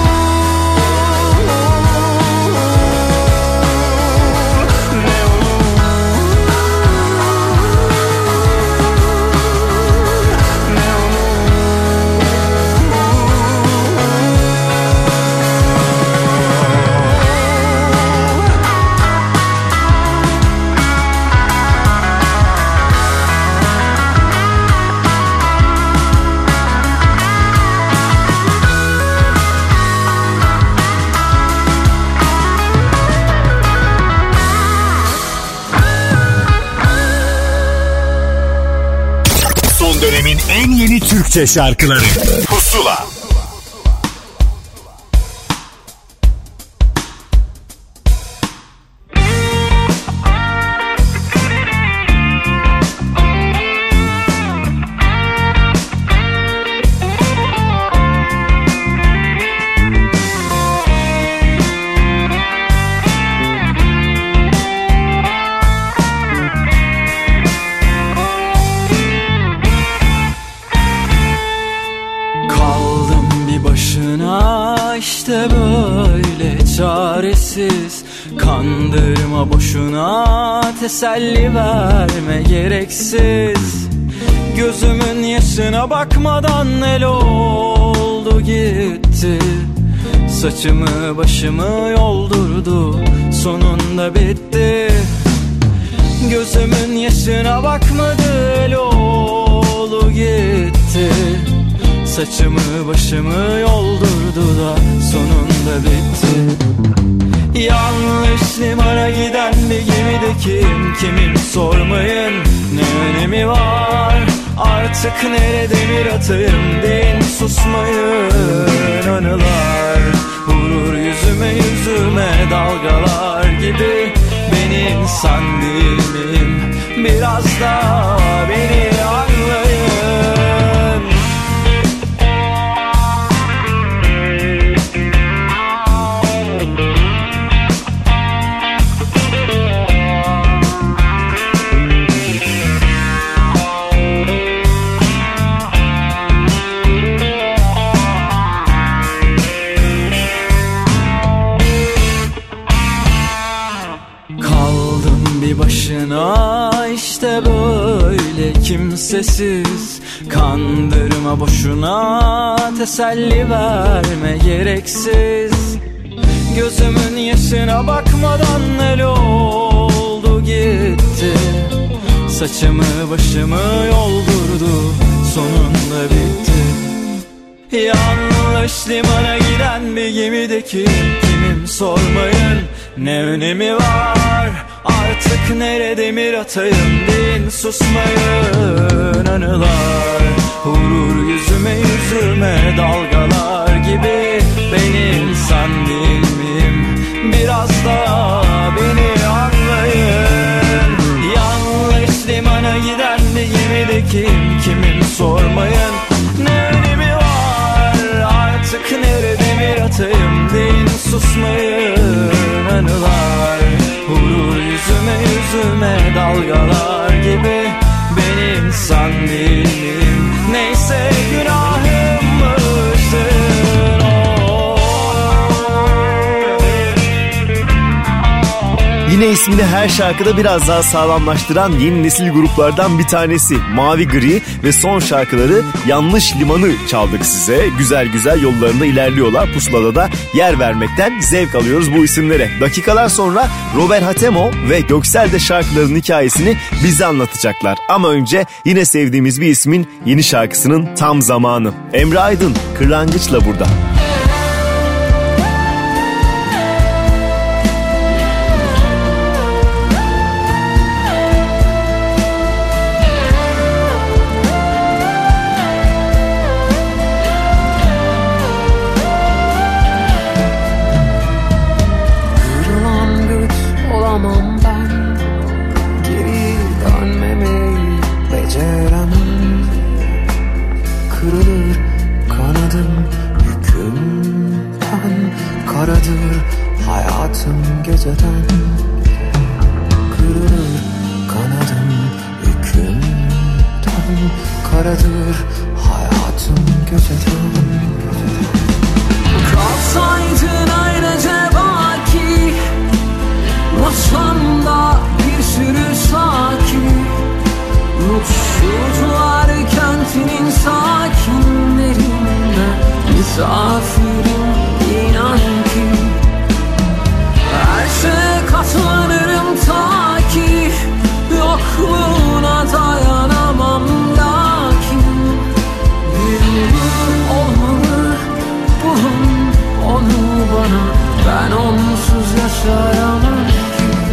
Son dönemin en yeni Türkçe şarkıları Pusula. Kaldım bir başına işte böyle çaresiz. Kandırma boşuna, teselli verme gereksiz. Gözümün yaşına bakmadan el oldu gitti. Saçımı başımı yoldurdu, sonunda bitti. Gözümün yaşına bakmadı, el oldu gitti. Saçımı başımı yoldurdu da sonunda bitti. Yanlış limana giden bir gemidekiyim, kimim sormayın, ne önemi var. Artık nerede bir atayım deyin, susmayın anılar. Vurur yüzüme dalgalar gibi, ben insan değil miyim? Biraz da beni anlayın. Başına işte böyle kimsesiz, kandırma boşuna, teselli verme gereksiz. Gözümün yaşına bakmadan el oldu gitti, saçımı başımı yoldurdu, sonunda bitti. Yanlış limana giden bir gemideki kimim sormayın, ne önemi var. Artık nerede bir atayım deyin, susmayın anılar. Vurur yüzüme dalgalar gibi, ben insan değil miyim? Biraz da beni anlayın. Yanlış limana giden bir gemideki kimim sormayın, ne önemi var. Artık nerede bir atayım deyin, susmayın anılar. Vurur yüzüme dalgalar gibi, ben insan değil miyim? Neyse günahımmıştır. Yine ismini her şarkıda biraz daha sağlamlaştıran yeni nesil gruplardan bir tanesi Mavi Gri ve son şarkıları Yanlış Limanı çaldık size. Güzel güzel yollarında ilerliyorlar. Pusulada da yer vermekten zevk alıyoruz bu isimlere. Dakikalar sonra Robert Hatemo ve Göksel de şarkıların hikayesini bize anlatacaklar. Ama önce yine sevdiğimiz bir ismin yeni şarkısının tam zamanı. Emre Aydın Kırlangıç'la burada. Geceden kırılır kanadım, yükümden karadır hayatım geceden. Kalsaydın ayrıca baki, masamda bir sürü sakin, mutsuzlar kentinin sakinlerinde misafirim, inan ki her şeye katlanırım ta ki yokluğuna dayanamam. Lakin bir yolu olmalı, bulun onu bana, ben onsuz yaşayamam ki.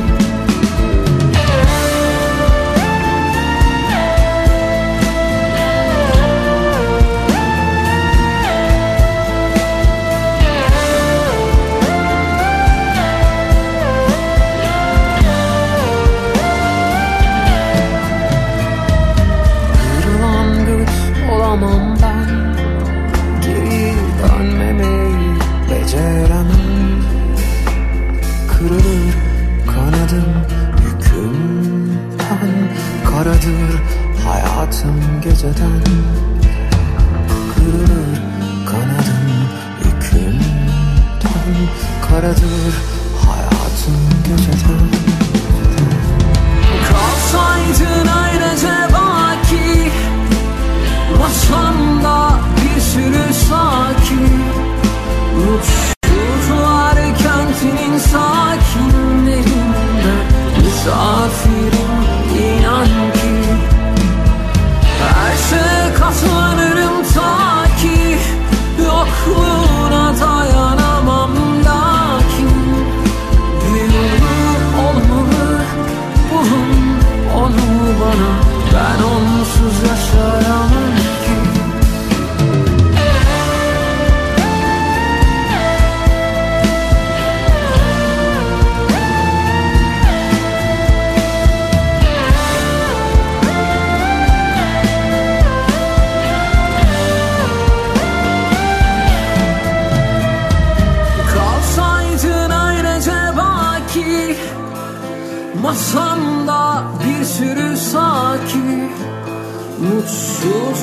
Karadır hayatım geceden, kırılır kanadım yükümden, karadır hayatım geceden. Kalsaydın ayrıca baki, masamda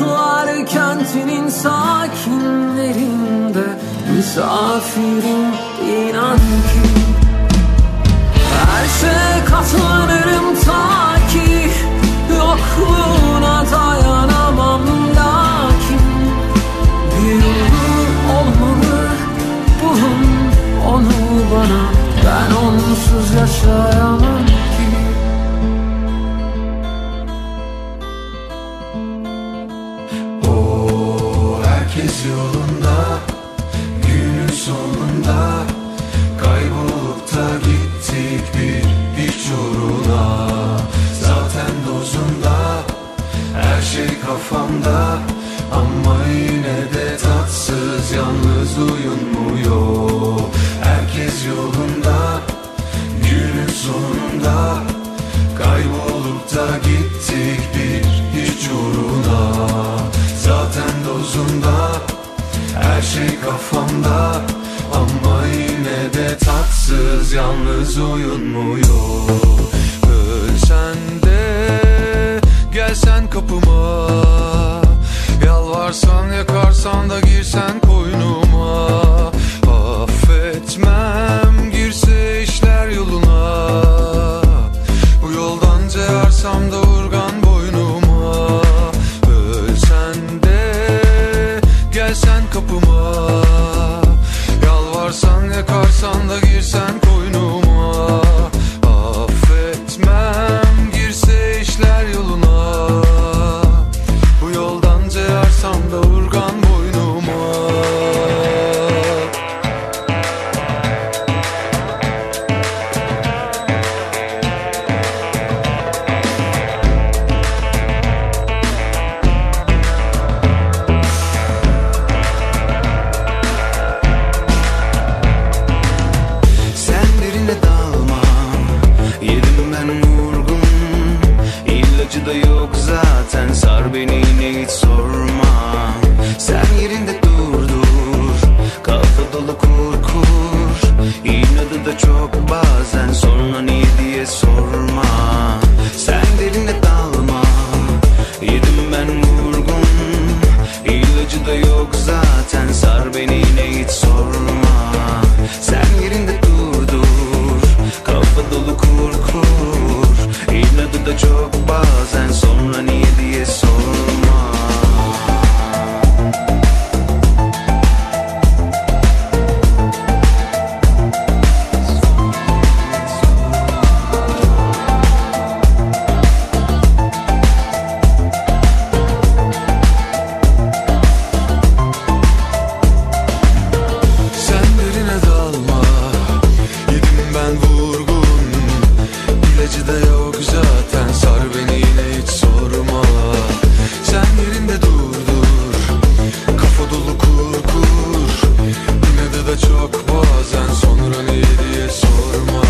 bulutlar kentinin sakinlerinde misafirim inan ki. Her şeye katlanırım ta ki yokluğuna dayanamam lakin bir yolu olmalı, bulun onu bana, ben onsuz yaşayamam ki. Herkes yolunda, günün sonunda kaybolup da gittik bir hiç uğruna. Zaten dozunda, her şey kafamda, ama yine de tatsız, yalnız uyunmuyor. Herkes yolunda, günün sonunda kaybolup da gittik bir hiç uğruna. Zaten dozunda, her şey kafamda, ama yine de tatsız, yalnız uyunmuyor. Ölsen de gelsen kapıma, yalvarsan yakarsan da girsen koynuma. Affetmem girse işler yoluna, bu yoldan ceyarsam da urgan boynuma. Ölsen de gelsen kapıma, yalvarsan yakarsan da girsen koynuma. Affetmem girse işler yoluna, bu yoldan ceyarsam da urgan boynuma. Sen derine dalma, yedim ben vurgun. İlacı da yok zaten, sar beni yine hiç sorma. Sen yerinde dur dur, kafa dolu kur kur. İnadı da çok bazen, sonra niye diye sorma. Sen derine dalma, yedim ben vurgun. İlacı da yok zaten, sar beni yine hiç sorma. Sen yerinde dur dur, kafa dolu kur kur. İnadı da çok bazen, sonra niye diye sorma. Sen derine dalma, yedim ben vurgun. İlacı da yok zaten, sar beni yine hiç sorma. Sen yerinde dur dur, kafa dolu kur kur. İnadı da çok bazen, sonra niye diye sorma.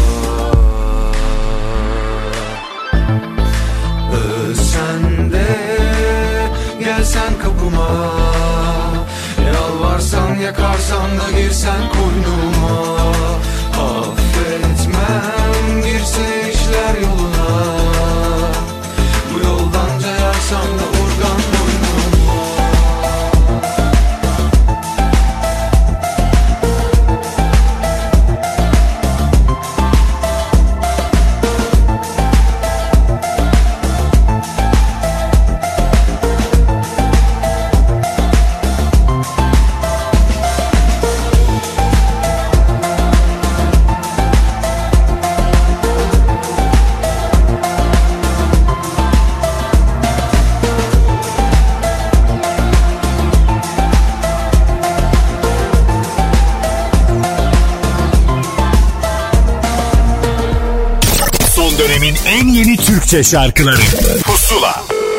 Ölsen de gelsen kapıma, yalvarsan yakarsan da girsen koynuma. Affetmem girse işler yoluna, bu yoldan cayarsam da urgan boynuma. Son dönemin en yeni Türkçe şarkıları Pusula.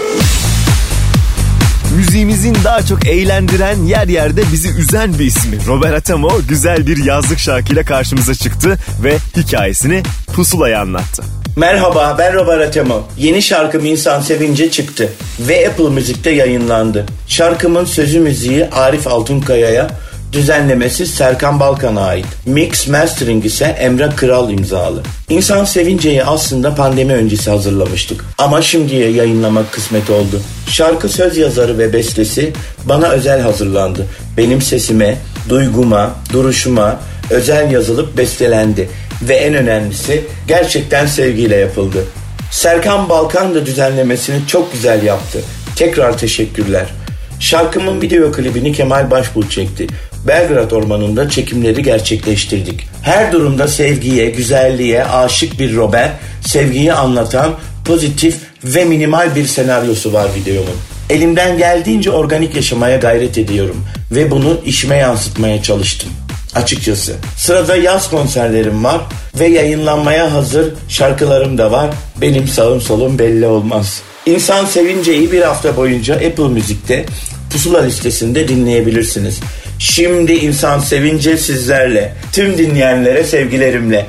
Müziğimizin daha çok eğlendiren, yer yerde bizi üzen bir ismi Robert Atamo güzel bir yazlık şarkıyla karşımıza çıktı ve hikayesini Pusula'ya anlattı. Merhaba, ben Robert Atamo. Yeni şarkım İnsan Sevince çıktı ve Apple Müzik'te yayınlandı. Şarkımın sözü müziği Arif Altunkaya'ya, Düzenlemesi Serkan Balkan'a ait. Mix Mastering ise Emre Kral imzalı. İnsan Sevince'yi aslında pandemi öncesi hazırlamıştık. Ama şimdiye yayınlamak kısmet oldu. Şarkı söz yazarı ve bestesi bana özel hazırlandı. Benim sesime, duyguma, duruşuma özel yazılıp bestelendi. Ve en önemlisi gerçekten sevgiyle yapıldı. Serkan Balkan da düzenlemesini çok güzel yaptı. Tekrar teşekkürler. Şarkımın video klibini Kemal Başbuğ çekti. Belgrad Ormanı'nda çekimleri gerçekleştirdik. Her durumda sevgiye, güzelliğe aşık bir Robert, sevgiyi anlatan pozitif ve minimal bir senaryosu var videomun. Elimden geldiğince organik yaşamaya gayret ediyorum ve bunu işime yansıtmaya çalıştım. Açıkçası. Sırada yaz konserlerim var ve yayınlanmaya hazır şarkılarım da var. Benim sağım solum belli olmaz. İnsan Sevince'yi bir hafta boyunca Apple Müzik'te Pusula listesinde dinleyebilirsiniz. Şimdi İnsan Sevince sizlerle. Tüm dinleyenlere sevgilerimle.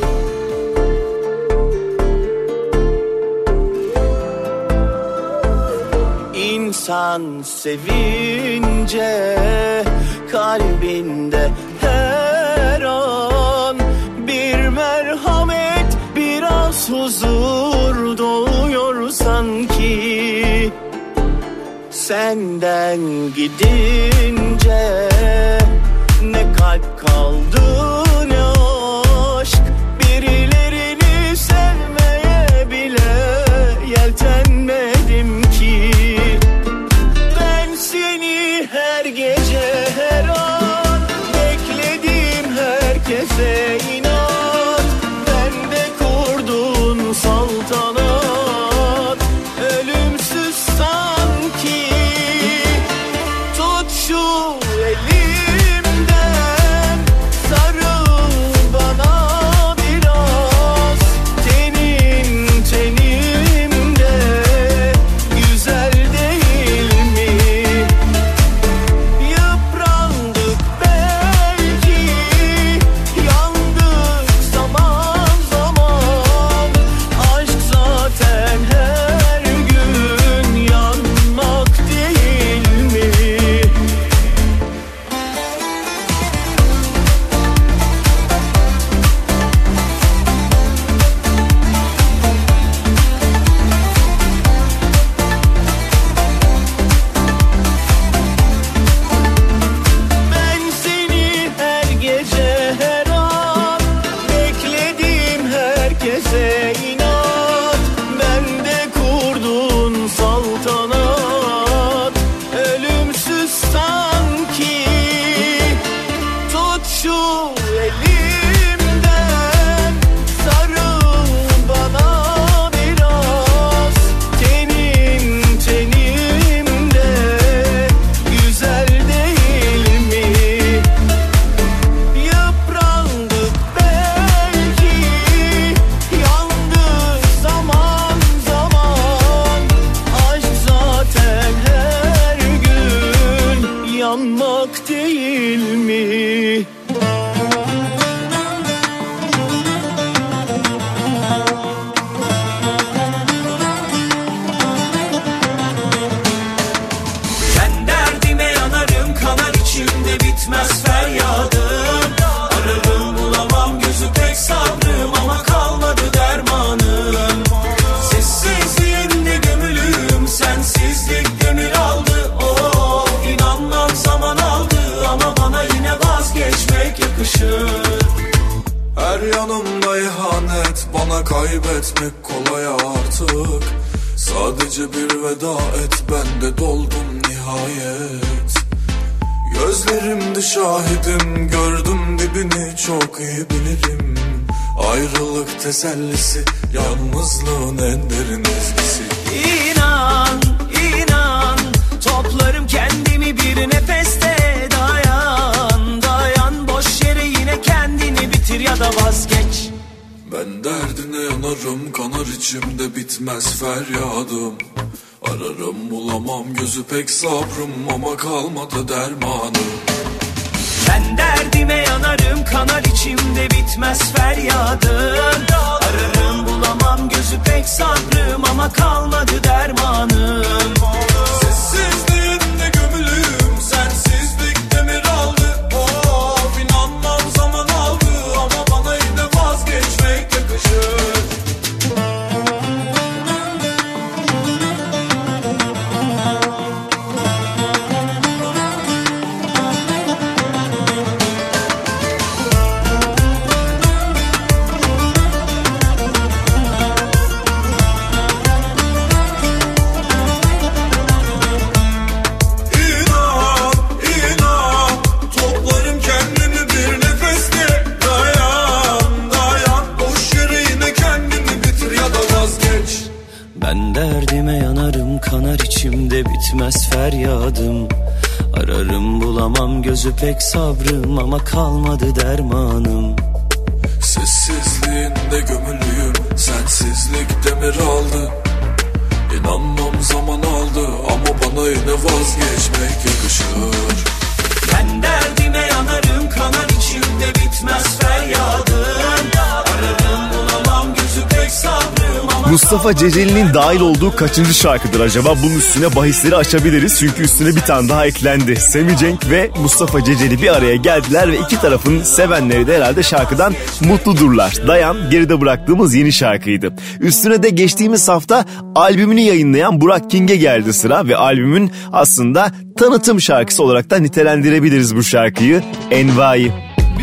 İnsan sevince kalbinde her an bir merhamet, biraz huzur doğuyor sanki. Senden gidince ne kalp kaldı ne aşk, birilerini sevmeye bile yeltenmedim ki. Ben seni her gece her an bekledim, herkese inan. Bende kurdun saltanat, ölümsüz sanki. Tut şu elimden, sarıl bana biraz. Tenin tenimde, güzel değil mi? Yıprandık belki, yandık zaman zaman. Aşk zaten her gün yanmak değil mi? Ben seni her gece her an bekledim, herkese inan. Bende kurdun saltanat, ölümsüz sanki. Tut şu elimden, sarıl bana biraz. Tenin tenimde, güzel değil mi? Yıprandık belki, yandık zaman zaman. Aşk zaten her gün yanmak değil mi? Ben derdime yanarım, kanar içimde bitmez feryadım. Ararım bulamam, gözü pek sabrım ama kalmadı dermanım. Sessizliğinde gömülüm, sensizlik gönül aldı. Oh, inanmam zaman aldı ama bana yine vazgeçmek yakışır. Her yanımda ihanet, bana kaybetmek kolay artık. Sadece bir veda et, ben de doldum nihayet. Gözlerimde şahidim, gördüm dibini çok iyi bilirim. Ayrılık tesellisi, yalnızlığın en derin ezgisi. İnan, inan, toplarım kendimi bir nefeste. Dayan, dayan, boş yere yine kendini bitir ya da vazgeç. Ben derdine yanarım, kanar içimde bitmez feryadım. Ararım bulamam, gözü pek sabrım ama kalmadı dermanım. Ben derdime yanarım, kanar içimde bitmez feryadım. Ararım bulamam, gözü pek sabrım ama kalmadı dermanım. Sessizliğinde gömülüm, sensizlik demir aldı. bitmez feryadım. Ararım bulamam gözü pek sabrım ama kalmadı dermanım. Sessizliğinde gömülüyüm, sensizlik demir aldı. İnanmam zaman aldı ama bana yine vazgeçmek yakışır. Ben derdime yanarım, kanar içimde bitmez feryadım. Ararım bulamam gözü pek sabrım ama... Mustafa Ceceli'nin dahil olduğu kaçıncı şarkıdır acaba? Bunun üstüne bahisleri açabiliriz. Çünkü üstüne bir tane daha eklendi. Semih Cenk ve Mustafa Ceceli bir araya geldiler ve iki tarafın sevenleri de herhalde şarkıdan mutludurlar. Dayan geride bıraktığımız yeni şarkıydı. Üstüne de geçtiğimiz hafta albümünü yayınlayan Burak King'e geldi sıra ve albümün aslında tanıtım şarkısı olarak da nitelendirebiliriz bu şarkıyı. Envai.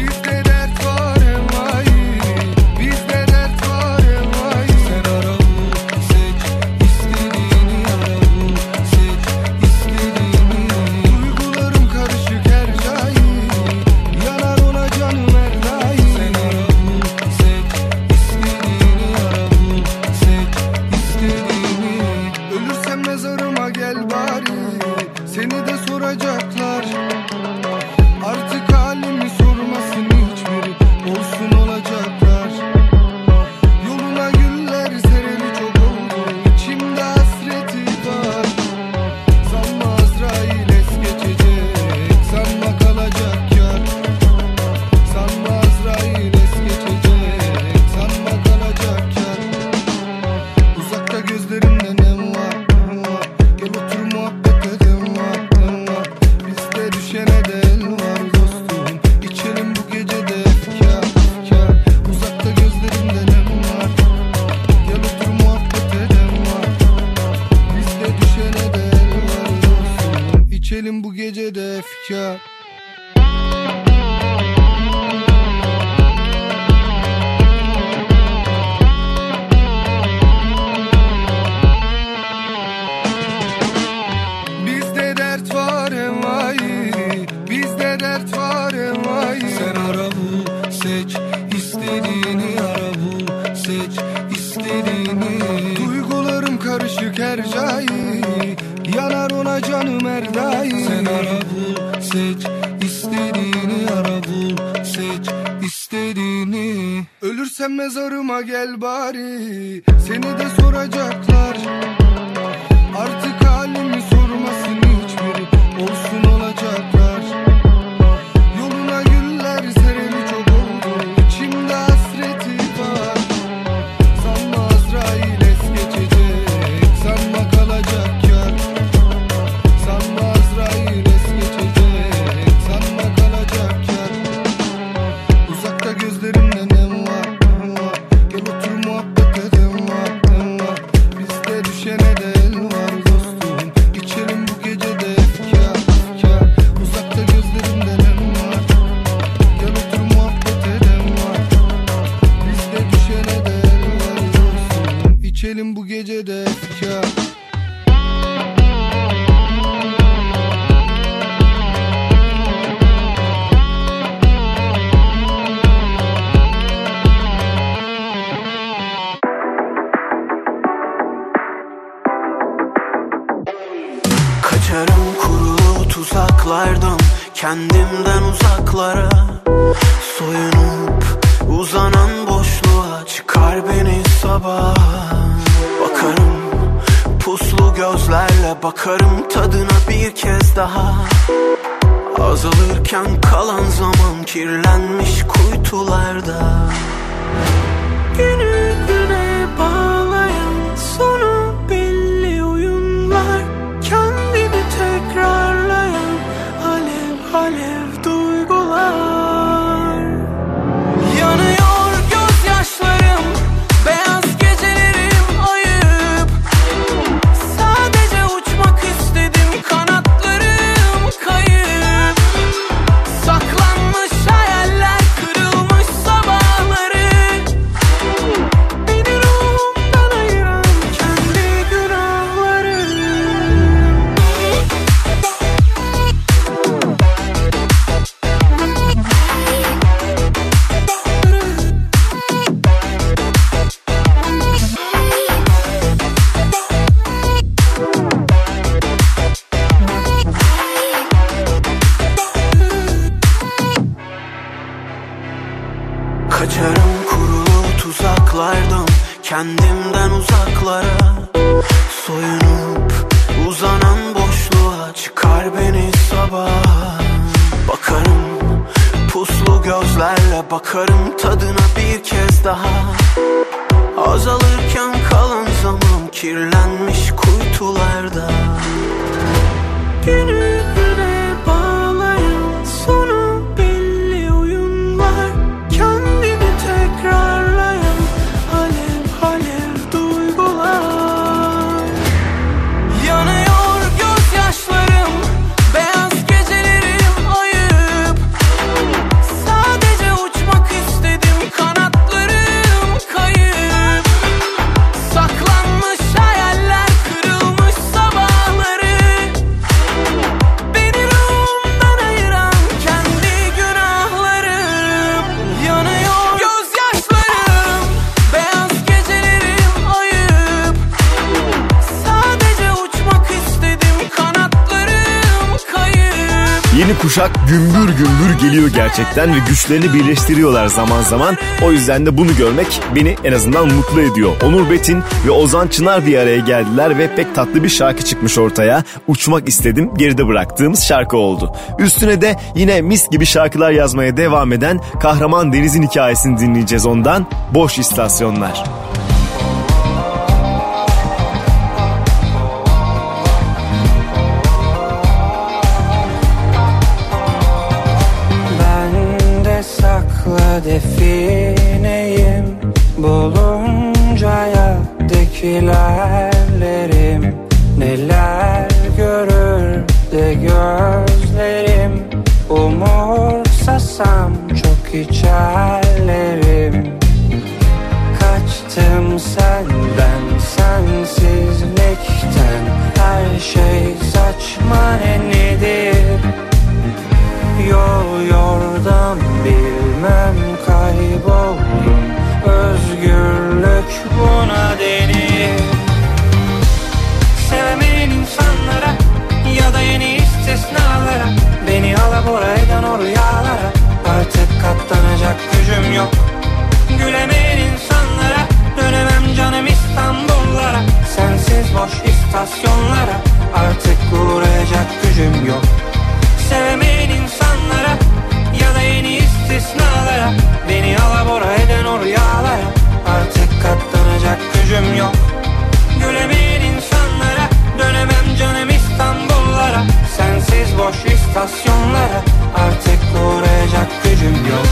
Kendimden uzaklara soyunup uzanan boşluğa çıkar beni sabah. Bakarım puslu gözlerle, bakarım tadına bir kez daha. Azalırken kalan zaman kirlenmiş kuytularda. Günü güne bağlayan sonu belli oyunlar, kendini tekrarlayan alev duygular. Yanıyor gözyaşlarım, beyaz gecelerim ayıp. Sadece uçmak istedim, kanatlarım kayıp. Saklanmış hayaller, kırılmış sabahları. Beni kendimden uzaklara, soyunup uzanan boşluğa çıkar beni sabah. Bakarım puslu gözlerle, bakarım tadına bir kez daha. Azalırken kalan zaman kirlenmiş kuytularda. Günü güne bağlayan sonu belli oyunlar, kendini tekrarlayan alev alev duygular. Yanıyor gözyaşlarım, beyaz gecelerim ayırıp, sadece uçmak istedim, kanatlarım kayıp. Saklanmış hayaller, kırılmış sabahları, beni ruhumdan ayıran kendi günahlarım. Yanıyor gözyaşlarım, beyaz gecelerim ayıp, sadece uçmak istedim, kanatlarım kayıp. Yeni kuşak gümbür gümbür geliyor gerçekten ve güçlerini birleştiriyorlar zaman zaman. O yüzden de bunu görmek beni en azından mutlu ediyor. Onur Betin ve Ozan Çınar bir araya geldiler ve pek tatlı bir şarkı çıkmış ortaya. Uçmak istedim, geride bıraktığımız şarkı oldu. Üstüne de yine mis gibi şarkılar yazmaya devam eden Kahraman Deniz'in hikayesini dinleyeceğiz ondan. Boş istasyonlar. Ben de sakla defineyim, bulunca yadikilerlerim. Neler görür de gözlerim, umursasam çok içerlerim. Kaçtım senden, sensizlikten, her şey saçma nedir? Yol yordam bilmem, kayboldum, özgürlük buna denir. Sevemeyen insanlara ya da yeni istisnalara, beni alabora eden o rüyalara artık katlanacak gücüm yok. Gülemeyen insanlara dönemem canım İstanbullara, sensiz boş istasyonlara artık uğrayacak gücüm yok. Sevemeyen insanlara ya da yeni istisnalara, beni alabora eden o rüyalara artık katlanacak gücüm yok. Gülemeyen insanlara dönemem canım İstanbullara, sensiz boş istasyonlara artık uğrayacak gücüm yok.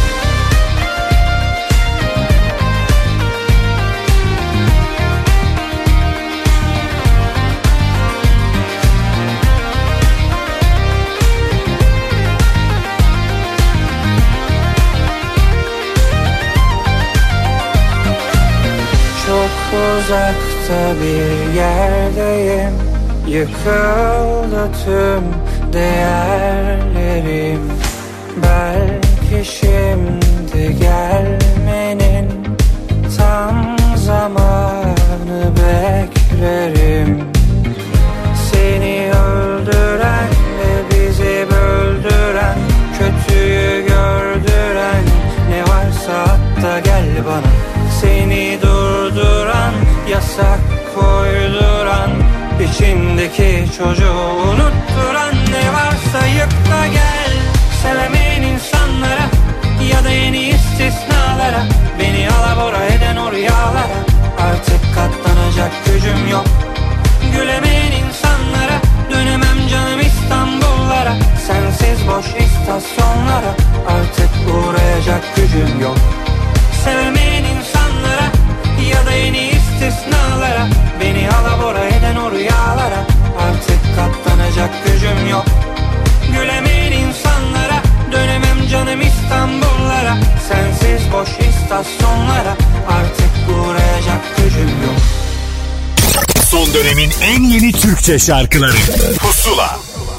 Çok uzakta bir yerdeyim, yıkıldı tüm değerlerim. Belki şimdi gelmenin tam zamanı beklerim. Seni öldüren ve bizi böldüren, kötüyü gördüren ne varsa hatta gel bana. Seni durduran, yasak koyduran, içindeki çocuğu unutturan ne varsa yık da gel. Sevemeyen insanlara ya da yeni istisnalara, beni alabora eden o rüyalara artık katlanacak gücüm yok. Gülemeyen insanlara dönemem canım İstanbullara, sensiz boş istasyonlara artık uğrayacak gücüm yok. Sevemeyen insanlara ya da yeni istisnalara, beni alabora eden o rüyalara artık katlanacak gücüm yok. Gülemeyen insanlara dönemem canım İstanbullara, sensiz boş istasyonlara artık uğrayacak gücüm yok. Son dönemin en yeni Türkçe şarkıları Pusula.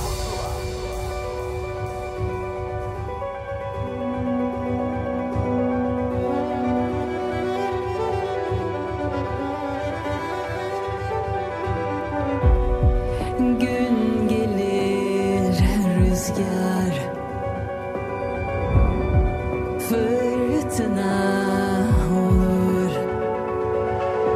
Gün gelir rüzgar, fırtına olur.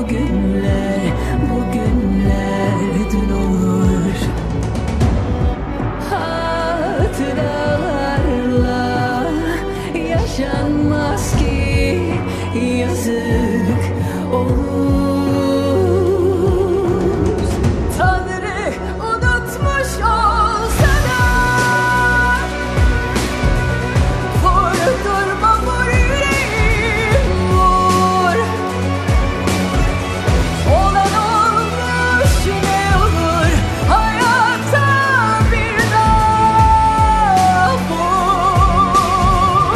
o günler bugünler dün olur. Hatıralarla yaşanmaz ki, yazık olur. Tanrı unutmuş olsa da vurdurma vur yüreğim vur. Olan olmuş ne olur hayata bir daha vur.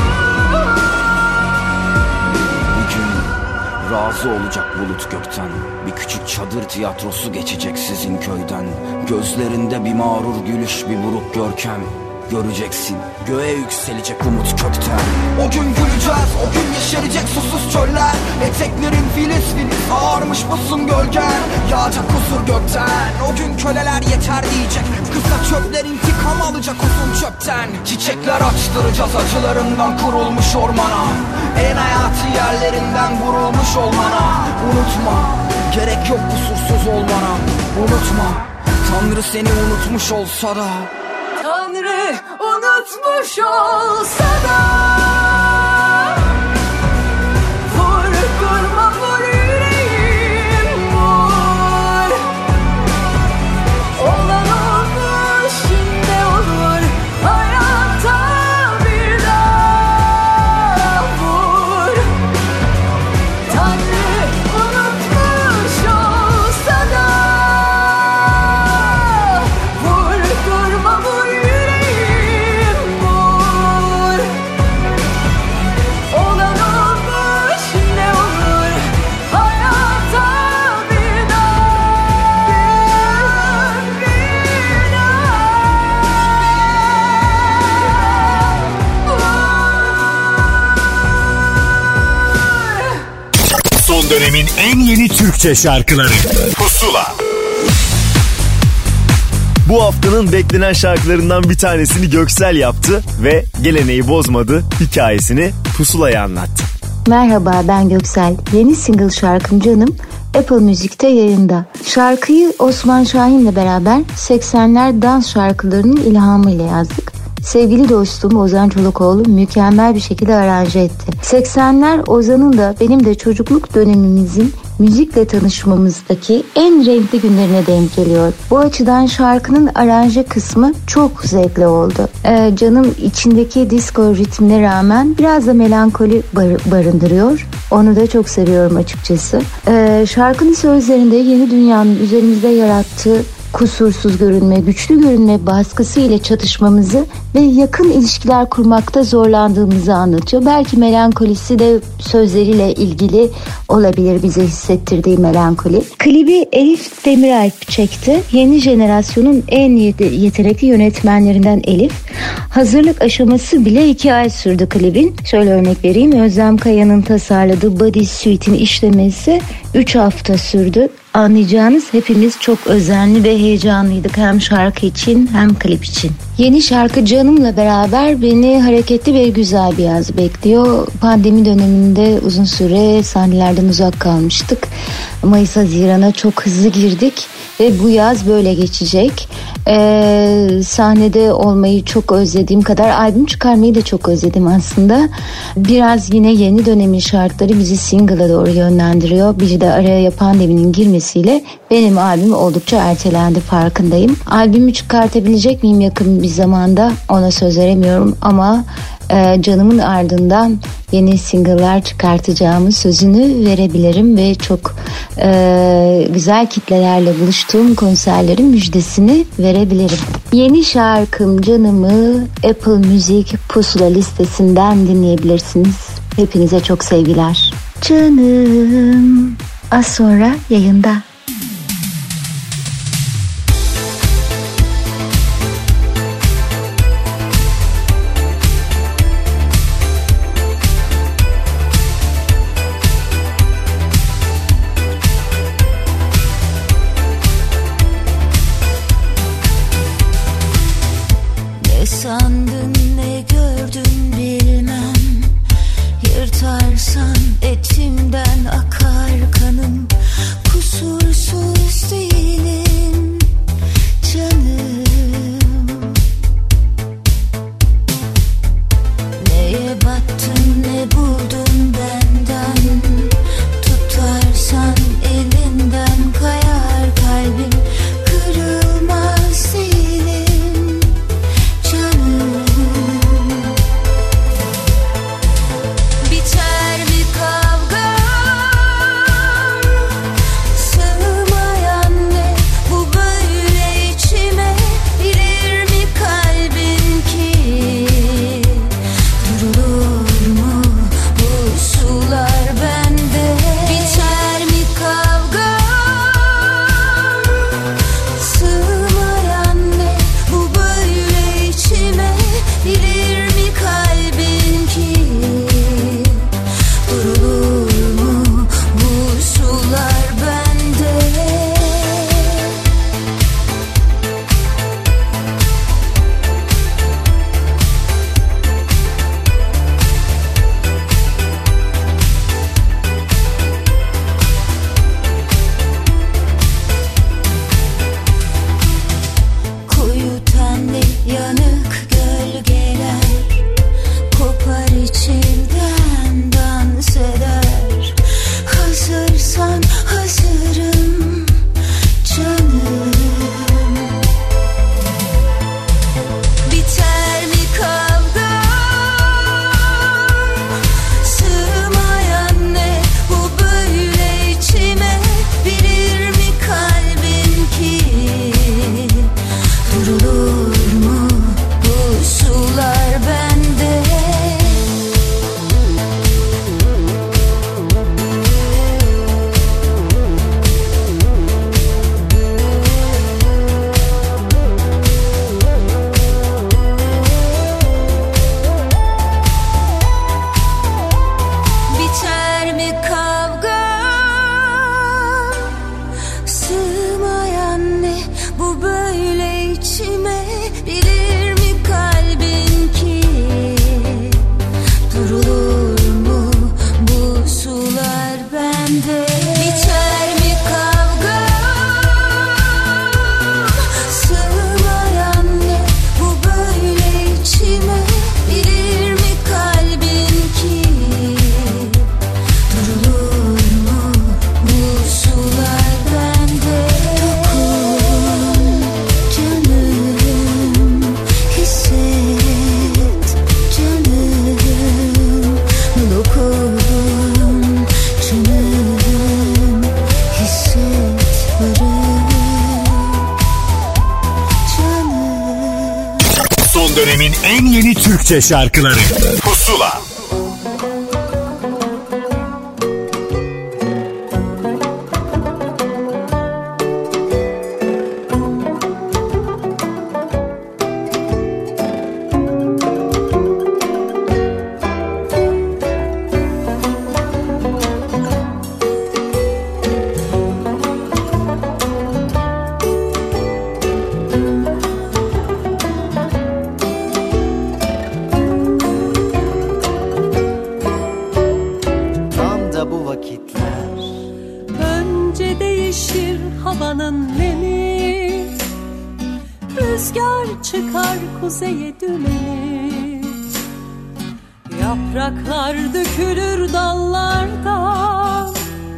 Bugün razı olacak bulut gökten. Bir küçük çadır tiyatrosu geçecek sizin köyden. Gözlerinde bir mağrur gülüş, bir buruk görkem. Göreceksin göğe yükselecek umut kökten. O gün güleceğiz, o gün yeşerecek susuz çöller. Eteklerin filiz filiz ağarmış mısın gölgen. Yağacak huzur gökten, o gün köleler yeter diyecek. Kısa çöpler intikam alacak uzun çöpten. Çiçekler açtıracağız acılarından kurulmuş ormana. En hayati yerlerinden vurulmuş olmana. Unutma, gerek yok kusursuz olmana. Unutma, Tanrı seni unutmuş olsa da. Tanrı unutmuş olsa da vur kurma vur yüreğim vur. Olan olmuş ne olur hayata bir daha vur. Tanrı unutmuş olsa da vur kurma vur yüreğim vur. Olan olmuş ne olur hayata bir Son dönemin en yeni Türkçe şarkıları Pusula. Bu haftanın beklenen şarkılarından bir tanesini Göksel yaptı ve geleneği bozmadı, hikayesini Pusula'ya anlattı. Merhaba, ben Göksel. Yeni single şarkım Canım Apple Müzik'te yayında. Şarkıyı Osman Şahin'le beraber 80'ler dans şarkılarının ilhamıyla yazdık. Sevgili dostum Ozan Çolakoğlu mükemmel bir şekilde aranje etti. 80'ler Ozan'ın da benim de çocukluk dönemimizin müzikle tanışmamızdaki en renkli günlerine denk geliyor. Bu açıdan şarkının aranje kısmı çok zevkli oldu. Canım içindeki disco ritmine rağmen biraz da melankoli barındırıyor. Onu da çok seviyorum açıkçası. Şarkının sözlerinde yeni dünyanın üzerimizde yarattığı kusursuz görünme, güçlü görünme baskısı ile çatışmamızı ve yakın ilişkiler kurmakta zorlandığımızı anlatıyor. Belki melankolisi de sözleriyle ilgili olabilir, bize hissettirdiği melankoli. Klibi Elif Demiralp çekti. Yeni jenerasyonun en yetenekli yönetmenlerinden Elif. Hazırlık aşaması bile 2 ay sürdü klibin. Şöyle örnek vereyim. Özlem Kaya'nın tasarladığı Body Suite'in işlemesi 3 hafta sürdü. Anlayacağınız hepimiz çok özenli ve heyecanlıydık hem şarkı için hem klip için. Yeni şarkı Canım'la beraber beni hareketli ve güzel bir yaz bekliyor. Pandemi döneminde uzun süre sahnelerden uzak kalmıştık. Mayıs-Haziran'a çok hızlı girdik ve bu yaz böyle geçecek. Sahnede olmayı çok özlediğim kadar albüm çıkarmayı da çok özledim aslında. Biraz yine yeni dönemin şartları bizi single'a doğru yönlendiriyor. Bir de araya pandeminin girmesiyle benim albüm oldukça ertelendi, farkındayım. Albümü çıkartabilecek miyim yakın bir zamanda, ona söz veremiyorum ama Canım'ın ardından yeni single'lar çıkartacağımın sözünü verebilirim ve çok güzel kitlelerle buluştuğum konserlerin müjdesini verebilirim. Yeni şarkım Canım'ı Apple Music Pusula listesinden dinleyebilirsiniz. Hepinize çok sevgiler. Canım az sonra yayında. Ne sandın ne gördün bilmem. Yırtarsan etimden akar kanım. dönemin en yeni Türkçe şarkıları Pusula. Yapraklar dökülür dallardan,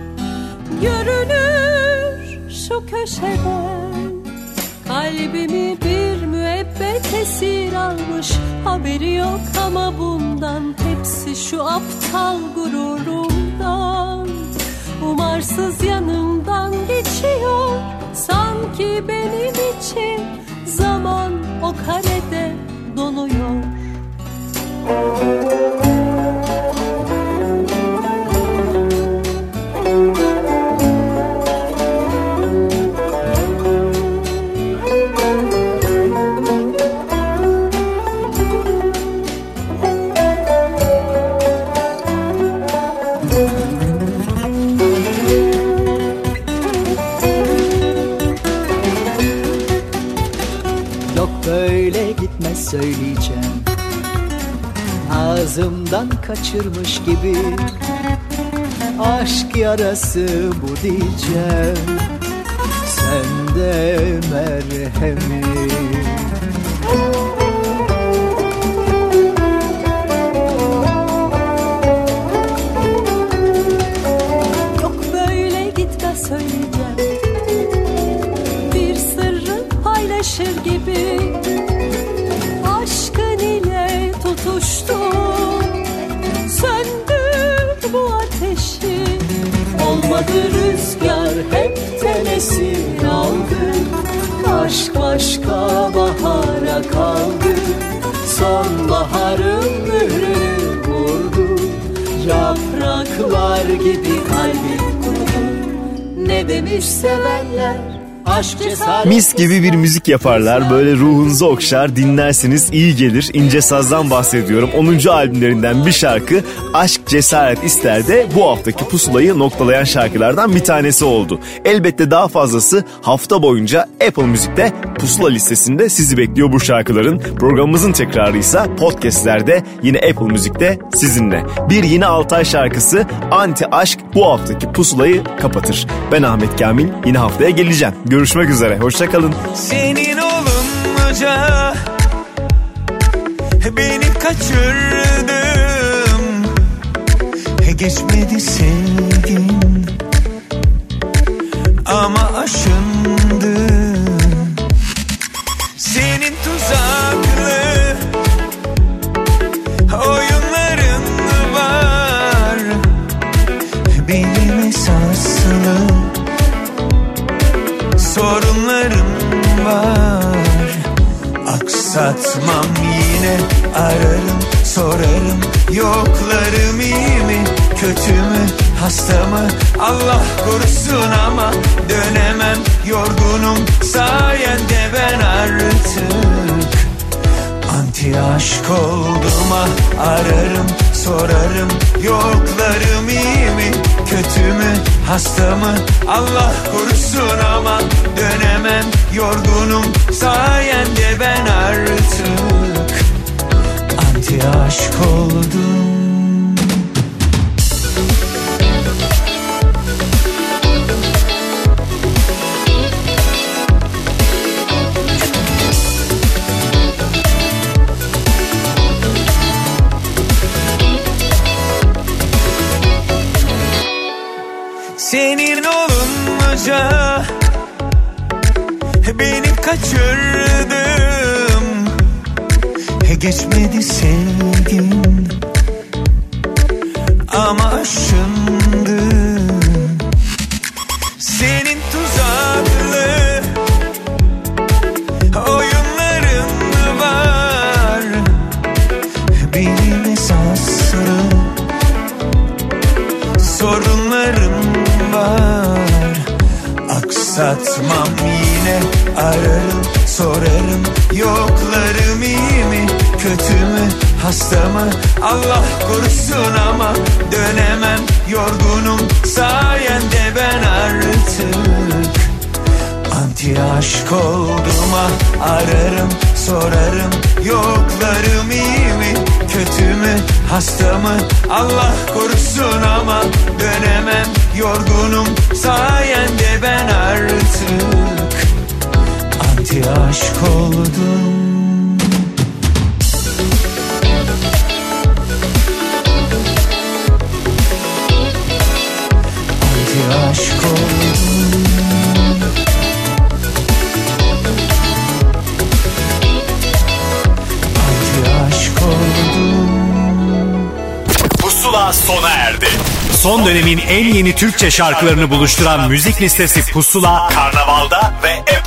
görünür şu köşeden. Kalbimi bir müebbet esir almış, haberi yok ama bundan. Hepsi şu aptal gururumdan. Umarsız yanımdan geçiyor, sanki benim için zaman o karede donuyor. Yok böyle gitmez söyleyeceğim, ağzımdan kaçırmış gibi. Aşk yarası bu diyeceğim, sende merhemi. Yok böyle gitmez söyleyeceğim, bir sırrı paylaşır gibi. Aşkın ile tutuştum, söndür bu ateşi. Olmadı rüzgar, hepten esir aldı. Aşk başka bahara kaldı, sonbaharın mührünü vurdu. Yapraklar gibi kalbim kurudu. Ne demiş sevenler, aşk cesaret. Mis gibi bir müzik yaparlar, böyle ruhunuzu okşar, dinlersiniz, iyi gelir. İnce Saz'dan bahsediyorum. 10. albümlerinden bir şarkı Aşk Cesaret İster de bu haftaki pusulayı noktalayan şarkılardan bir tanesi oldu. Elbette daha fazlası hafta boyunca Apple Müzik'te pusula listesinde sizi bekliyor bu şarkıların. Programımızın tekrarıysa podcastlerde yine Apple Müzik'te sizinle. Bir yine Altay şarkısı Anti Aşk bu haftaki pusulayı kapatır. Ben Ahmet Kamil, yine haftaya geleceğim. Görüşmek üzere, hoşça kalın. Senin olunca beni kaçırdım, geçmedi sevgin ama aşındı. Senin tuzaklı oyunların var, benim esaslı sorunlarım var. Aksatmam, yine ararım, sorarım, yoklarım iyi mi, kötü mü, hasta mı, Allah korusun ama dönemem, yorgunum sayende ben artık. Anti aşk oldum, ah ararım, sorarım, yoklarım iyi mi, kötü mü, hasta mı, Allah korusun ama dönemem, yorgunum sayende ben artık. Anti aşk oldum. Senin olunca beni kaçırdım, geçmedi sevgin ama aşındı. Senin tuzaklı oyunların var, satmam yine. Ararım sorarım yoklarım, iyi mi kötü mü hasta mı Allah korusun, ama dönemem yorgunum sayende ben artık. Anti aşk oldum ah, ararım sorarım yoklarım, iyi mi kötü mü hasta mı Allah korusun, ama dönemem yorgunum sayende ben artık. Anti aşk oldum. Anti aşk oldum. Pusula sona erdi. Son dönemin en yeni Türkçe şarkılarını buluşturan müzik listesi Pusula, Karnaval'da ve